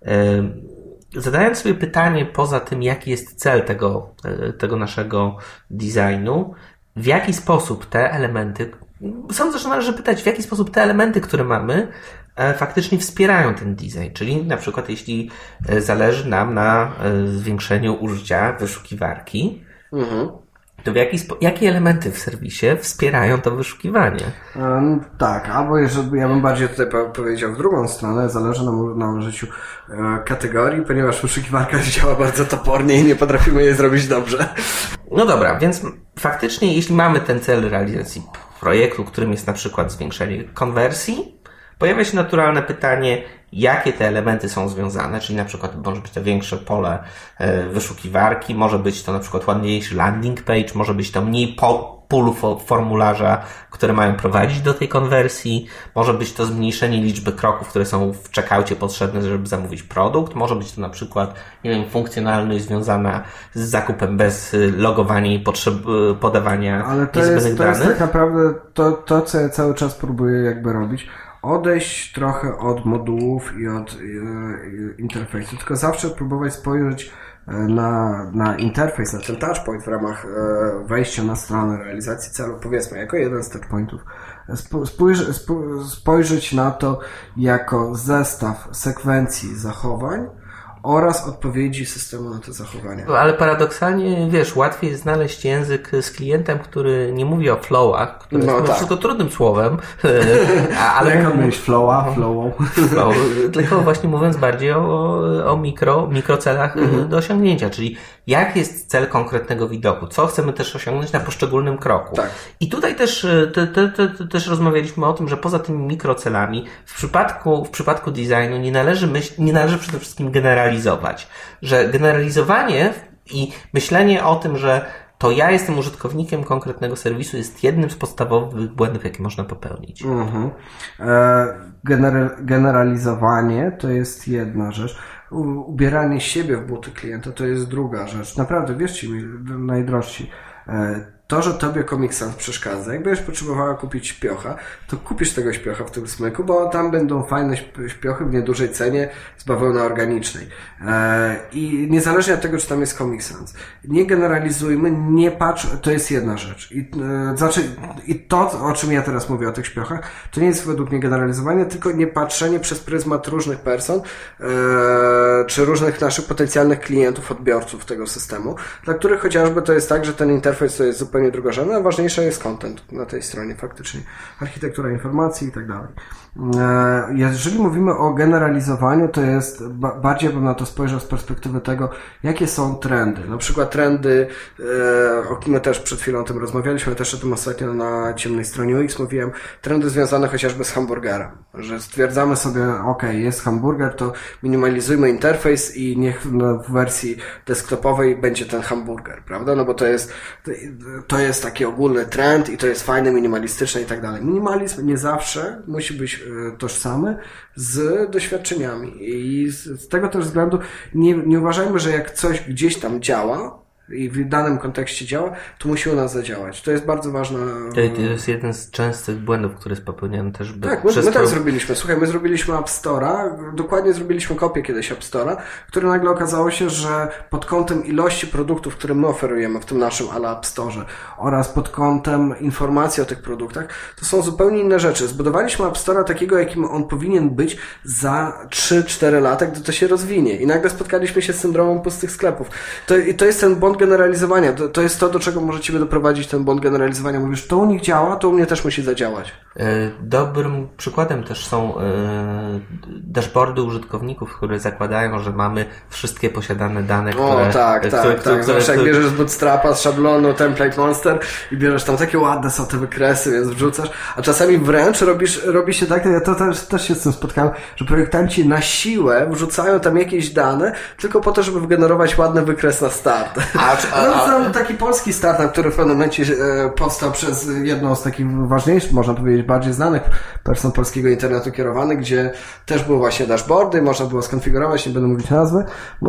zadając sobie pytanie poza tym, jaki jest cel tego, tego naszego designu, w jaki sposób te elementy, sądzę, że należy pytać, w jaki sposób te elementy, które mamy, faktycznie wspierają ten design. Czyli na przykład jeśli zależy nam na zwiększeniu użycia wyszukiwarki, mhm. to w jaki spo- jakie elementy w serwisie wspierają to wyszukiwanie? Um, tak, albo jeżeli ja bym bardziej tutaj po- powiedział w drugą stronę, zależy nam na użyciu e, kategorii, ponieważ wyszukiwarka działa bardzo topornie i nie potrafimy jej zrobić dobrze. No dobra, więc faktycznie jeśli mamy ten cel realizacji projektu, którym jest na przykład zwiększenie konwersji, pojawia się naturalne pytanie, jakie te elementy są związane, czyli na przykład może być to większe pole wyszukiwarki, może być to na przykład ładniejszy landing page, może być to mniej po pól formularza, które mają prowadzić do tej konwersji, może być to zmniejszenie liczby kroków, które są w checkoutie potrzebne, żeby zamówić produkt, może być to na przykład, nie wiem, funkcjonalność związana z zakupem bez logowania i potrzeb podawania Ale to jest, to jest tak naprawdę to, to, co ja cały czas próbuję jakby robić. Odejść trochę od modułów i od e, interfejsu, tylko zawsze próbować spojrzeć na, na interfejs, na ten touchpoint w ramach e, wejścia na stronę realizacji celu, powiedzmy, jako jeden z touchpointów. Spójrz, spój, spojrzeć na to jako zestaw sekwencji zachowań oraz odpowiedzi systemu na te zachowania. No, ale paradoksalnie, wiesz, łatwiej jest znaleźć język z klientem, który nie mówi o flowach, który no jest tak. wszystko trudnym słowem. Ale jak odmienić flowa, flową? Flow, tylko właśnie mówiąc bardziej o, o mikro, mikrocelach mhm. do osiągnięcia, czyli jak jest cel konkretnego widoku, co chcemy też osiągnąć na poszczególnym kroku. Tak. I tutaj też, te, te, te, też rozmawialiśmy o tym, że poza tymi mikrocelami w przypadku, w przypadku designu nie należy myśl, nie należy przede wszystkim generalizować. Że generalizowanie i myślenie o tym, że to ja jestem użytkownikiem konkretnego serwisu jest jednym z podstawowych błędów, jakie można popełnić. Mhm. Gener- generalizowanie to jest jedna rzecz. Ubieranie siebie w buty klienta to jest druga rzecz. Naprawdę, wierzcie mi, najdrożsi. To, że tobie Comic Sans przeszkadza, jak będziesz potrzebowała kupić śpiocha, to kupisz tego śpiocha w tym smyku, bo tam będą fajne śpiochy w niedużej cenie z bawełny organicznej. I niezależnie od tego, czy tam jest Comic Sans. Nie generalizujmy, nie patrz, to jest jedna rzecz. I, znaczy, i to, o czym ja teraz mówię, o tych śpiochach, to nie jest według mnie generalizowanie, tylko nie patrzenie przez pryzmat różnych person, czy różnych naszych potencjalnych klientów, odbiorców tego systemu, dla których chociażby to jest tak, że ten interfejs to jest zupełnie drugorzędny, a ważniejszy jest content na tej stronie faktycznie. Architektura informacji i tak dalej. Jeżeli mówimy o generalizowaniu, to jest, bardziej bym na to spojrzał z perspektywy tego, jakie są trendy. Na przykład trendy, o których my też przed chwilą o tym rozmawialiśmy, też o tym ostatnio na ciemnej stronie U X mówiłem, trendy związane chociażby z hamburgerem. Że stwierdzamy sobie, ok, jest hamburger, to minimalizujmy interfejs i niech w wersji desktopowej będzie ten hamburger, prawda? No bo to jest, to jest taki ogólny trend i to jest fajne, minimalistyczne i tak dalej. Minimalizm nie zawsze musi być tożsamy z doświadczeniami i z tego też względu nie, nie uważajmy, że jak coś gdzieś tam działa i w danym kontekście działa, to musi u nas zadziałać. To jest bardzo ważne. To jest jeden z częstych błędów, który jest popełniany też. Tak, my, my tak zrobiliśmy. Słuchaj, my zrobiliśmy App Store'a, dokładnie zrobiliśmy kopię kiedyś App Store'a, który nagle okazało się, że pod kątem ilości produktów, które my oferujemy w tym naszym ala App Store'ze oraz pod kątem informacji o tych produktach, to są zupełnie inne rzeczy. Zbudowaliśmy App Store'a takiego, jakim on powinien być za trzy cztery lata, gdy to się rozwinie. I nagle spotkaliśmy się z syndromem pustych sklepów. To, i to jest ten błąd generalizowania. To, to jest to, do czego może Ciebie doprowadzić ten błąd generalizowania. Mówisz, to u nich działa, to u mnie też musi zadziałać. Dobrym przykładem też są dashboardy użytkowników, które zakładają, że mamy wszystkie posiadane dane, które... O tak, tak, które, tak. Które, Zawsze które... jak bierzesz z Bootstrapa, z szablonu, Template Monster i bierzesz tam takie ładne są te wykresy, więc wrzucasz, a czasami wręcz robisz, robi się tak, ja to też, też się z tym spotkałem, że projektanci na siłę wrzucają tam jakieś dane, tylko po to, żeby wygenerować ładny wykres na start. A, a, a... No, tam taki polski startup, który w pewnym momencie e, powstał przez jedną z takich ważniejszych, można powiedzieć, bardziej znanych person polskiego internetu kierowany, gdzie też były właśnie dashboardy, można było skonfigurować, nie będę mówić nazwy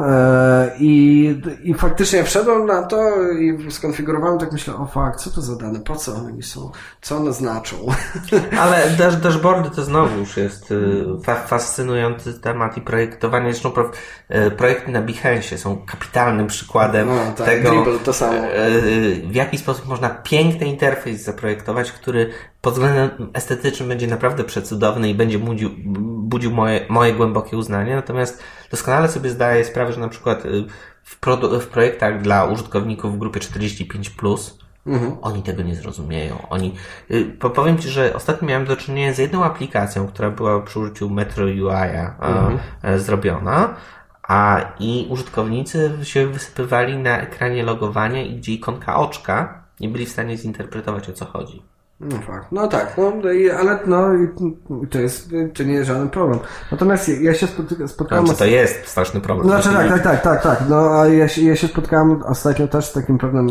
e, i, i faktycznie wszedłem na to i skonfigurowałem, tak myślę, o fuck, co to za dane, po co one są, co one znaczą. Ale dash, dashboardy to znowu już jest fa fascynujący temat i projektowanie, zresztą pro, projekty na Behance są kapitalnym przykładem no, tak, tego, Dribble, to samo. W jaki sposób można piękny interfejs zaprojektować, który pod względem estetycznym będzie naprawdę przecudowny i będzie budził, budził moje, moje głębokie uznanie. Natomiast doskonale sobie zdaję sprawę, że na przykład w, pro, w projektach dla użytkowników w grupie czterdzieści pięć plus mhm. oni tego nie zrozumieją. Oni, powiem Ci, że ostatnio miałem do czynienia z jedną aplikacją, która była przy użyciu Metro U I-a mhm. a, zrobiona, a i użytkownicy się wysypywali na ekranie logowania i gdzie ikonka oczka nie byli w stanie zinterpretować, o co chodzi. No fakt. No tak, no, ale no, to jest, to nie jest żaden problem. Natomiast ja się spotyka, spotkałem... Znaczy, to jest straszny problem. Znaczy tak, tak, tak, tak, tak. No, a ja się, ja się spotkałem ostatnio też z takim pewnym e,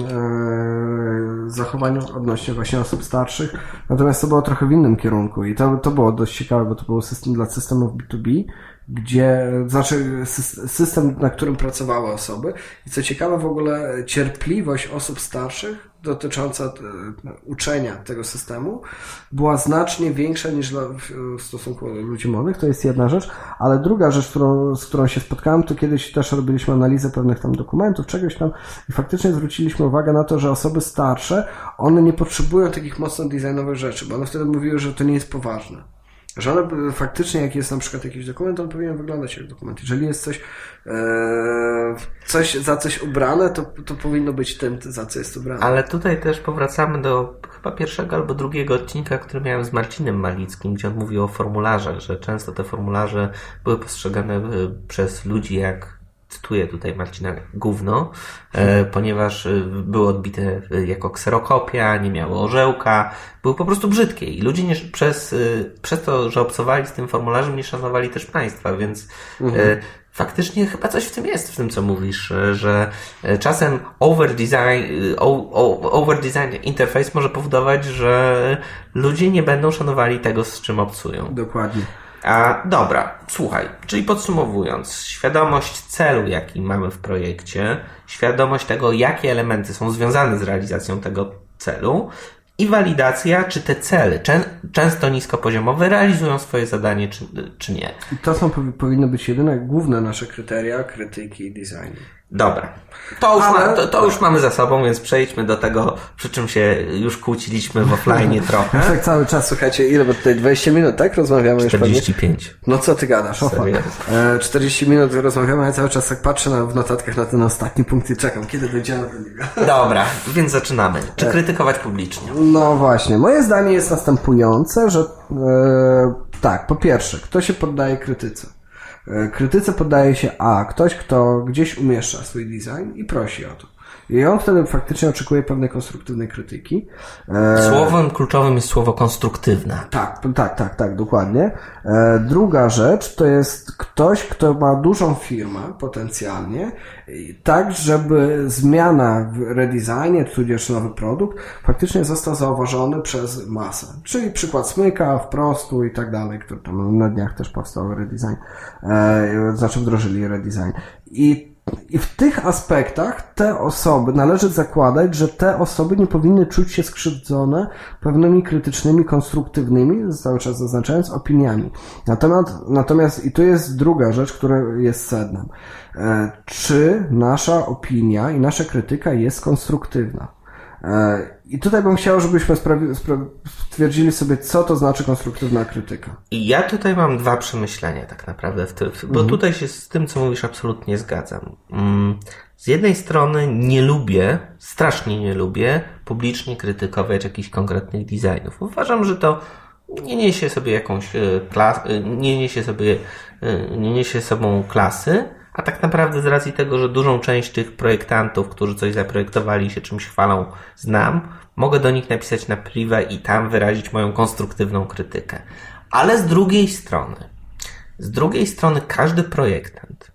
zachowaniem odnośnie właśnie osób starszych. Natomiast to było trochę w innym kierunku i to, to było dość ciekawe, bo to był system dla systemów B dwa B, gdzie, znaczy system, na którym pracowały osoby i co ciekawe w ogóle cierpliwość osób starszych dotycząca uczenia tego systemu była znacznie większa niż w stosunku do ludzi młodych, to jest jedna rzecz, ale druga rzecz, którą, z którą się spotkałem, to kiedyś też robiliśmy analizę pewnych tam dokumentów, czegoś tam i faktycznie zwróciliśmy uwagę na to, że osoby starsze, one nie potrzebują takich mocno designowych rzeczy, bo one wtedy mówiły, że to nie jest poważne. Że one faktycznie, jak jest na przykład jakiś dokument, on powinien wyglądać jak dokument. Jeżeli jest coś, e, coś za coś ubrane, to, to powinno być tym, za co jest ubrane. Ale tutaj też powracamy do chyba pierwszego albo drugiego odcinka, który miałem z Marcinem Malickim, gdzie on mówił o formularzach, że często te formularze były postrzegane przez ludzi jak, cytuję tutaj Marcina, gówno, e, ponieważ były odbite jako kserokopia, nie miały orzełka, były po prostu brzydkie i ludzie nie, przez, przez to, że obcowali z tym formularzem, nie szanowali też państwa, więc mhm. e, faktycznie chyba coś w tym jest, w tym co mówisz, że czasem overdesign, overdesign interface może powodować, że ludzie nie będą szanowali tego, z czym obcują. Dokładnie. A dobra, słuchaj, czyli podsumowując, świadomość celu, jaki mamy w projekcie, świadomość tego, jakie elementy są związane z realizacją tego celu i walidacja, czy te cele, czę, często niskopoziomowe, realizują swoje zadanie, czy, czy nie. I to są, powinny być jedyne główne nasze kryteria krytyki i designu. Dobra. To już, Ale... ma, to, to już mamy za sobą, więc przejdźmy do tego, przy czym się już kłóciliśmy w offline trochę. Tak cały czas, słuchajcie, ile, bo tutaj dwadzieścia minut, tak? Rozmawiamy czterdzieści pięć. Już no co ty gadasz? Ofa. E, czterdzieści minut rozmawiamy, a ja cały czas tak patrzę na, w notatkach na ten ostatni punkt i czekam, kiedy dojdziemy do niego. Dobra, więc zaczynamy. Czy krytykować publicznie? No właśnie. Moje zdanie jest następujące, że e, tak, po pierwsze, kto się poddaje krytyce? Krytyce poddaje się A, ktoś, kto gdzieś umieszcza swój design i prosi o to. I on wtedy faktycznie oczekuje pewnej konstruktywnej krytyki. Słowem kluczowym jest słowo konstruktywna. Tak, tak, tak, tak, dokładnie. Druga rzecz to jest ktoś, kto ma dużą firmę potencjalnie, tak żeby zmiana w redesignie, tudzież nowy produkt, faktycznie został zauważony przez masę. Czyli przykład Smyka, Wprostu i tak dalej, który tam na dniach też powstał redesign, znaczy wdrożyli redesign. I I w tych aspektach te osoby, należy zakładać, że te osoby nie powinny czuć się skrzywdzone pewnymi krytycznymi, konstruktywnymi, cały czas zaznaczając, opiniami. Natomiast, natomiast i tu jest druga rzecz, która jest sednem. E, czy nasza opinia i nasza krytyka jest konstruktywna? E, I tutaj bym chciał, żebyśmy sprawi- spra- stwierdzili sobie, co to znaczy konstruktywna krytyka. I ja tutaj mam dwa przemyślenia tak naprawdę, w tym, bo mhm. tutaj się z tym, co mówisz, absolutnie zgadzam. Z jednej strony nie lubię, strasznie nie lubię publicznie krytykować jakichś konkretnych designów. Uważam, że to nie niesie sobie jakąś klas- nie niesie sobie, nie niesie sobą klasy, a tak naprawdę z racji tego, że dużą część tych projektantów, którzy coś zaprojektowali, się czymś chwalą, znam, mogę do nich napisać na privę i tam wyrazić moją konstruktywną krytykę. Ale z drugiej strony, z drugiej strony każdy projektant,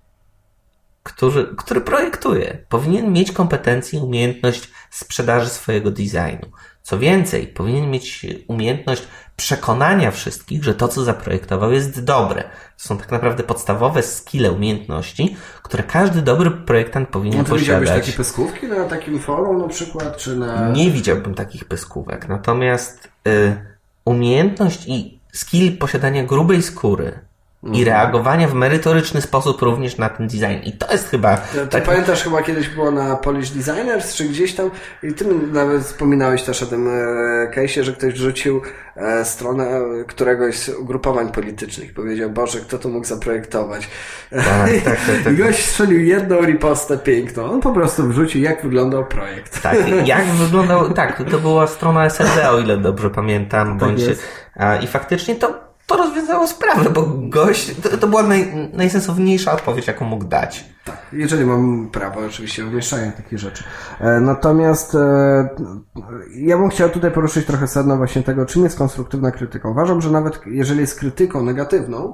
który, który projektuje, powinien mieć kompetencje i umiejętność sprzedaży swojego designu. Co więcej, powinien mieć umiejętność przekonania wszystkich, że to, co zaprojektował, jest dobre. To są tak naprawdę podstawowe skille, umiejętności, które każdy dobry projektant powinien no to posiadać. Widziałbyś takie pyskówki na takim forum na przykład, czy na... Nie widziałbym takich pyskówek. Natomiast y, umiejętność i skill posiadania grubej skóry i reagowania w merytoryczny sposób również na ten design. I to jest chyba... To, to tak... Pamiętasz, chyba kiedyś było na Polish Designers, czy gdzieś tam, i ty nawet wspominałeś też o tym e, case'ie, że ktoś wrzucił e, stronę któregoś z ugrupowań politycznych. Powiedział, Boże, kto to mógł zaprojektować? Tak, tak, tak, tak. I gość strzelił jedną ripostę piękną. On po prostu wrzucił, jak wyglądał projekt. Tak, jak wyglądał... Tak, to była strona S L D, o ile dobrze pamiętam. Tak bądź a, I faktycznie to To rozwiązało sprawę, bo gość, to, to była naj, najsensowniejsza odpowiedź, jaką mógł dać. Tak, jeżeli mam prawo oczywiście umieszczania takich rzeczy. E, natomiast e, ja bym chciał tutaj poruszyć trochę sedno właśnie tego, czym jest konstruktywna krytyka. Uważam, że nawet jeżeli jest krytyką negatywną,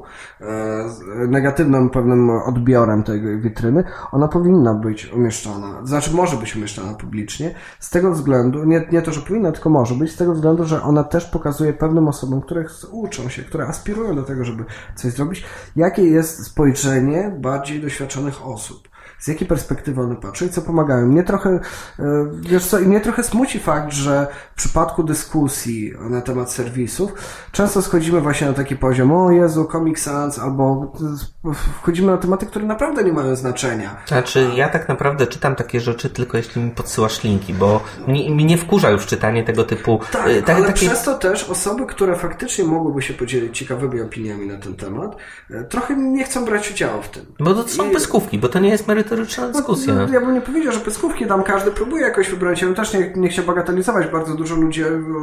e, negatywnym pewnym odbiorem tej witryny, ona powinna być umieszczana, znaczy może być umieszczana publicznie, z tego względu, nie, nie to, że powinna, tylko może być, z tego względu, że ona też pokazuje pewnym osobom, które uczą się, które aspirują do tego, żeby coś zrobić, jakie jest spojrzenie bardziej doświadczonych osób. Z jakiej perspektywy one patrzą i co pomagają. Mnie trochę, wiesz co, i mnie trochę smuci fakt, że w przypadku dyskusji na temat serwisów często schodzimy właśnie na taki poziom, o Jezu, Comic Sans, albo wchodzimy na tematy, które naprawdę nie mają znaczenia. Znaczy, ja tak naprawdę czytam takie rzeczy tylko jeśli mi podsyłasz linki, bo mi, mi nie wkurza już czytanie tego typu... Tak, tak ale takie... przez to też osoby, które faktycznie mogłyby się podzielić ciekawymi opiniami na ten temat, trochę nie chcą brać udziału w tym. Bo to są I... pyskówki, bo to nie jest merytoryczna dyskusja. No, ja bym nie powiedział, że pyskówki tam każdy próbuje jakoś wybrać. Ja bym też nie, nie chciał bagatelizować. Bardzo dużo ludzi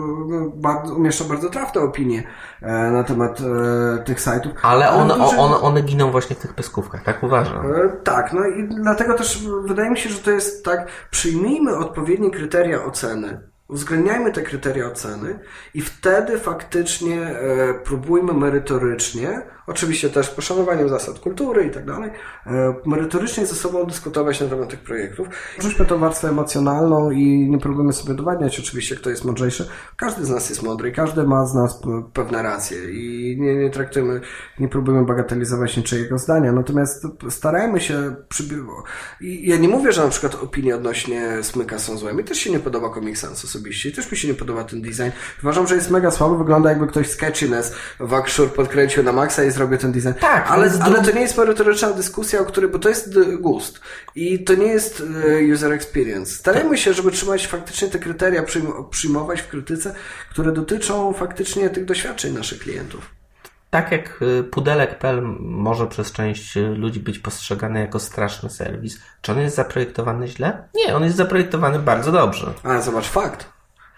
bardzo, umieszcza bardzo trafne opinie e, na temat e, tych sajtów. Ale one, one, one, one giną właśnie w tych pyskówkach, tak uważam. E, tak, no i dlatego też wydaje mi się, że to jest tak, przyjmijmy odpowiednie kryteria oceny. Uwzględniajmy te kryteria oceny i wtedy faktycznie e, próbujmy merytorycznie, oczywiście też z poszanowaniem zasad kultury i tak dalej, e, merytorycznie ze sobą dyskutować na temat tych projektów. Rzućmy tą warstwę emocjonalną i nie próbujmy sobie udowadniać oczywiście, kto jest mądrzejszy. Każdy z nas jest mądry i każdy ma z nas pewne racje i nie, nie traktujemy, nie próbujemy bagatelizować niczyjego zdania, natomiast starajmy się przybyło. I ja nie mówię, że na przykład opinie odnośnie Smyka są złe. Mi też się nie podoba Comic Sans osobiście i też mi się nie podoba ten design. Uważam, że jest mega słaby, wygląda jakby ktoś sketchiness w Akshur podkręcił na maksa i zrobił ten design. Tak, ale, ale to nie jest merytoryczna dyskusja, o której, bo to jest gust i to nie jest user experience. Starajmy się, żeby trzymać faktycznie te kryteria, przyjmować w krytyce, które dotyczą faktycznie tych doświadczeń naszych klientów. Tak jak pudelek kropka p l może przez część ludzi być postrzegany jako straszny serwis, czy on jest zaprojektowany źle? Nie, on jest zaprojektowany bardzo dobrze. Ale zobacz, fakt.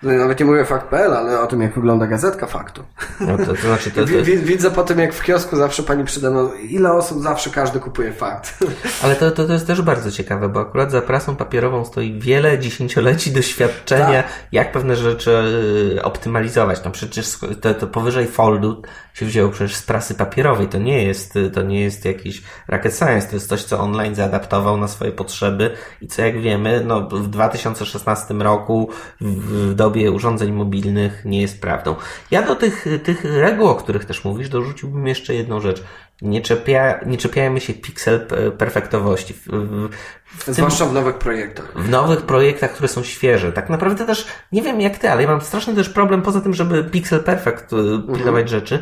Tutaj nawet nie mówię fakt kropka p l, ale o tym, jak wygląda gazetka faktu. No to, to znaczy to, to... Widzę po tym, jak w kiosku zawsze pani przede mną, ile osób zawsze każdy kupuje fakt. Ale to, to, to jest też bardzo ciekawe, bo akurat za prasą papierową stoi wiele dziesięcioleci doświadczenia, tak. jak pewne rzeczy optymalizować. No przecież to, to powyżej foldu się wzięło przecież z prasy papierowej. To nie jest, to nie jest jakiś rocket science, to jest coś, co online zaadaptował na swoje potrzeby i co jak wiemy, no w dwa tysiące szesnastym roku w dobie urządzeń mobilnych nie jest prawdą. Ja do tych, tych reguł, o których też mówisz, dorzuciłbym jeszcze jedną rzecz. Nie, czepia, nie czepiajmy się piksel perfektowości. W, w, w Zwłaszcza tym, w nowych projektach. W nowych projektach, które są świeże. Tak naprawdę też, nie wiem jak ty, ale ja mam straszny też problem, poza tym, żeby pixel perfect pilnować mhm. rzeczy.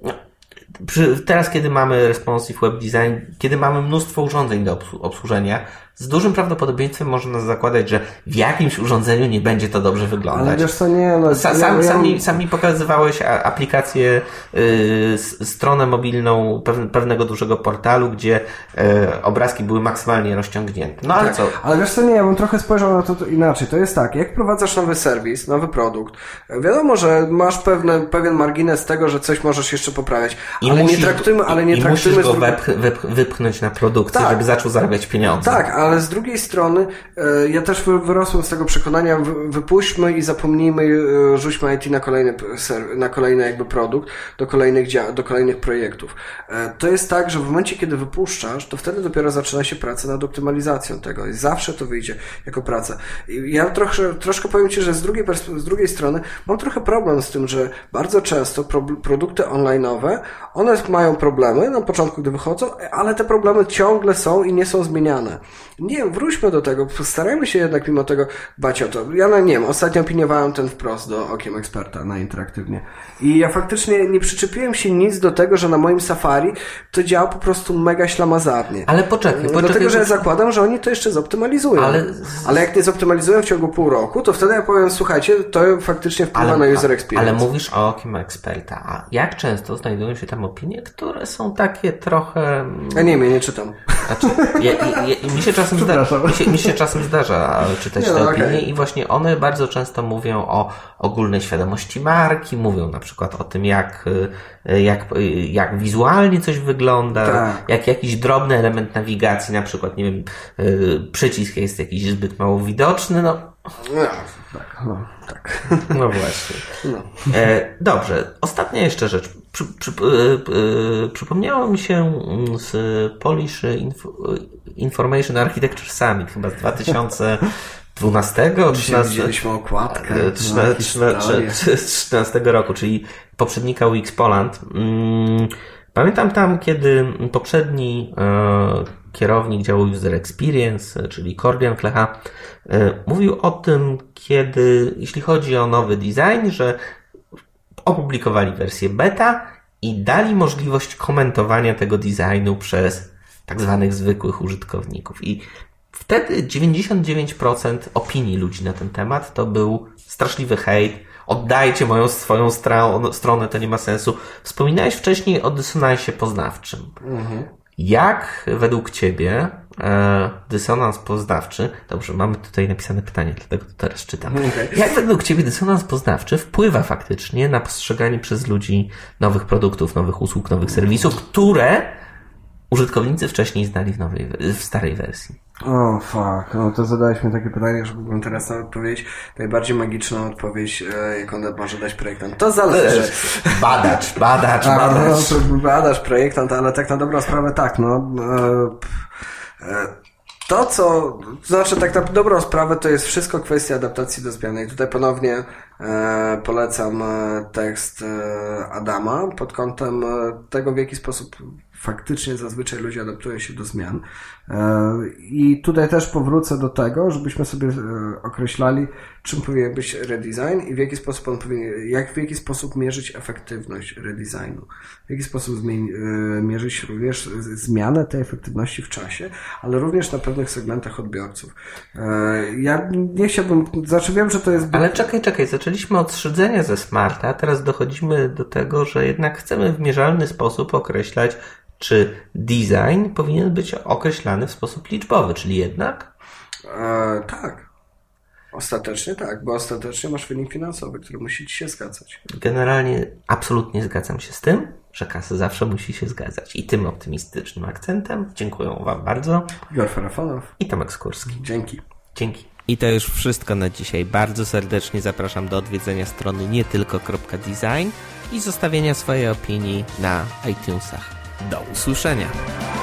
Przy, teraz, kiedy mamy responsive web design, kiedy mamy mnóstwo urządzeń do obsłużenia, z dużym prawdopodobieństwem można zakładać, że w jakimś urządzeniu nie będzie to dobrze wyglądać. Ale wiesz co, nie, no... Sa, sam, ja, ja... Sami, sami pokazywałeś aplikację, yy, stronę mobilną pew, pewnego dużego portalu, gdzie yy, obrazki były maksymalnie rozciągnięte. No ale tak, co? Ale wiesz co, nie, ja bym trochę spojrzał na to, to inaczej. To jest tak, jak prowadzasz nowy serwis, nowy produkt, wiadomo, że masz pewne, pewien margines tego, że coś możesz jeszcze poprawiać, I ale musisz, nie traktujmy, ale nie i traktujmy... musisz go wepch, wepch, wypchnąć na produkcję, tak. żeby zaczął zarabiać pieniądze. Tak, ale z drugiej strony e, ja też wyrosłem z tego przekonania, wy, wypuśćmy i zapomnijmy, e, rzućmy I T na kolejny, na kolejny jakby produkt, do kolejnych, dzia- do kolejnych projektów. E, to jest tak, że w momencie, kiedy wypuszczasz, to wtedy dopiero zaczyna się praca nad optymalizacją tego i zawsze to wyjdzie jako praca. I ja troszkę, troszkę powiem Ci, że z drugiej, z drugiej strony mam trochę problem z tym, że bardzo często pro, produkty online'owe, one mają problemy na początku, gdy wychodzą, ale te problemy ciągle są i nie są zmieniane. Nie, wróćmy do tego, starajmy się jednak mimo tego dbać o to. Ja no, nie wiem, ostatnio opiniowałem ten wprost do Okiem Eksperta na Interaktywnie i ja faktycznie nie przyczepiłem się nic do tego, że na moim Safari to działa po prostu mega ślamazarnie. Ale poczekaj, poczekaj. Dlatego, że ja zakładam, że oni to jeszcze zoptymalizują. Ale, ale jak nie zoptymalizują w ciągu pół roku, to wtedy ja powiem, słuchajcie, to faktycznie wpływa ale, na user experience. Ale mówisz o Okiem Eksperta, a jak często znajdują się tam opinie, które są takie trochę... Ja nie wiem, ja nie czytam. Znaczy, ja, ja, ja, mi się czasem zdarza, mi się, mi się czasem zdarza czytać nie, te no, opinie okay. i właśnie one bardzo często mówią o ogólnej świadomości marki, mówią na przykład o tym, jak, jak, jak wizualnie coś wygląda, tak. jak jakiś drobny element nawigacji, na przykład, nie wiem, przycisk jest jakiś zbyt mało widoczny, no. No, tak, no, tak. No właśnie. No. E, dobrze, ostatnia jeszcze rzecz. Przy, przy, e, e, przypomniało mi się z Polish Info, Information Architecture Summit chyba z dwa tysiące dwunastego widzieliśmy okładkę trzynastego roku, czyli poprzednika U X Poland. Pamiętam tam, kiedy poprzedni e, kierownik działu User Experience, czyli Kordian Klecha, e, mówił o tym, kiedy, jeśli chodzi o nowy design, że opublikowali wersję beta i dali możliwość komentowania tego designu przez tak zwanych zwykłych użytkowników. I wtedy dziewięćdziesiąt dziewięć procent opinii ludzi na ten temat to był straszliwy hejt. Oddajcie moją swoją stra- stronę, to nie ma sensu. Wspominałeś wcześniej o dysonansie poznawczym. Mhm. Jak według Ciebie e, dysonans poznawczy, dobrze, mamy tutaj napisane pytanie, dlatego to teraz czytam. Okay. Jak według Ciebie dysonans poznawczy wpływa faktycznie na postrzeganie przez ludzi nowych produktów, nowych usług, nowych serwisów, które użytkownicy wcześniej znali w, nowej, w starej wersji? O, oh, fuck. No to zadałeś mi takie pytanie, że mógłbym teraz na odpowiedź, najbardziej magiczną odpowiedź, jaką może dać projektant. To zależy. Badacz, badacz, A, badacz. No, to badacz, projektant, ale tak na dobrą sprawę tak, no. To, co, to znaczy tak na dobrą sprawę, to jest wszystko kwestia adaptacji do zmiany. I tutaj ponownie e, polecam tekst e, Adama pod kątem tego, w jaki sposób faktycznie zazwyczaj ludzie adaptują się do zmian. I tutaj też powrócę do tego, żebyśmy sobie określali, czym powinien być redesign i w jaki sposób on powinien, jak w jaki sposób mierzyć efektywność redesignu. W jaki sposób zmieni, mierzyć również zmianę tej efektywności w czasie, ale również na pewnych segmentach odbiorców. Ja nie chciałbym, znaczy wiem, że to jest... Ale czekaj, czekaj, zaczęliśmy od szydzenia ze smarta, a teraz dochodzimy do tego, że jednak chcemy w mierzalny sposób określać, czy design powinien być określany w sposób liczbowy, czyli jednak? E, tak. Ostatecznie tak, bo ostatecznie masz wynik finansowy, który musi ci się zgadzać. Generalnie absolutnie zgadzam się z tym, że kasa zawsze musi się zgadzać. I tym optymistycznym akcentem dziękuję Wam bardzo. Igor Farafonow i Tomek Skórski. Dzięki. Dzięki. I to już wszystko na dzisiaj. Bardzo serdecznie zapraszam do odwiedzenia strony nietylko kropka design i zostawienia swojej opinii na iTunesach. Do usłyszenia.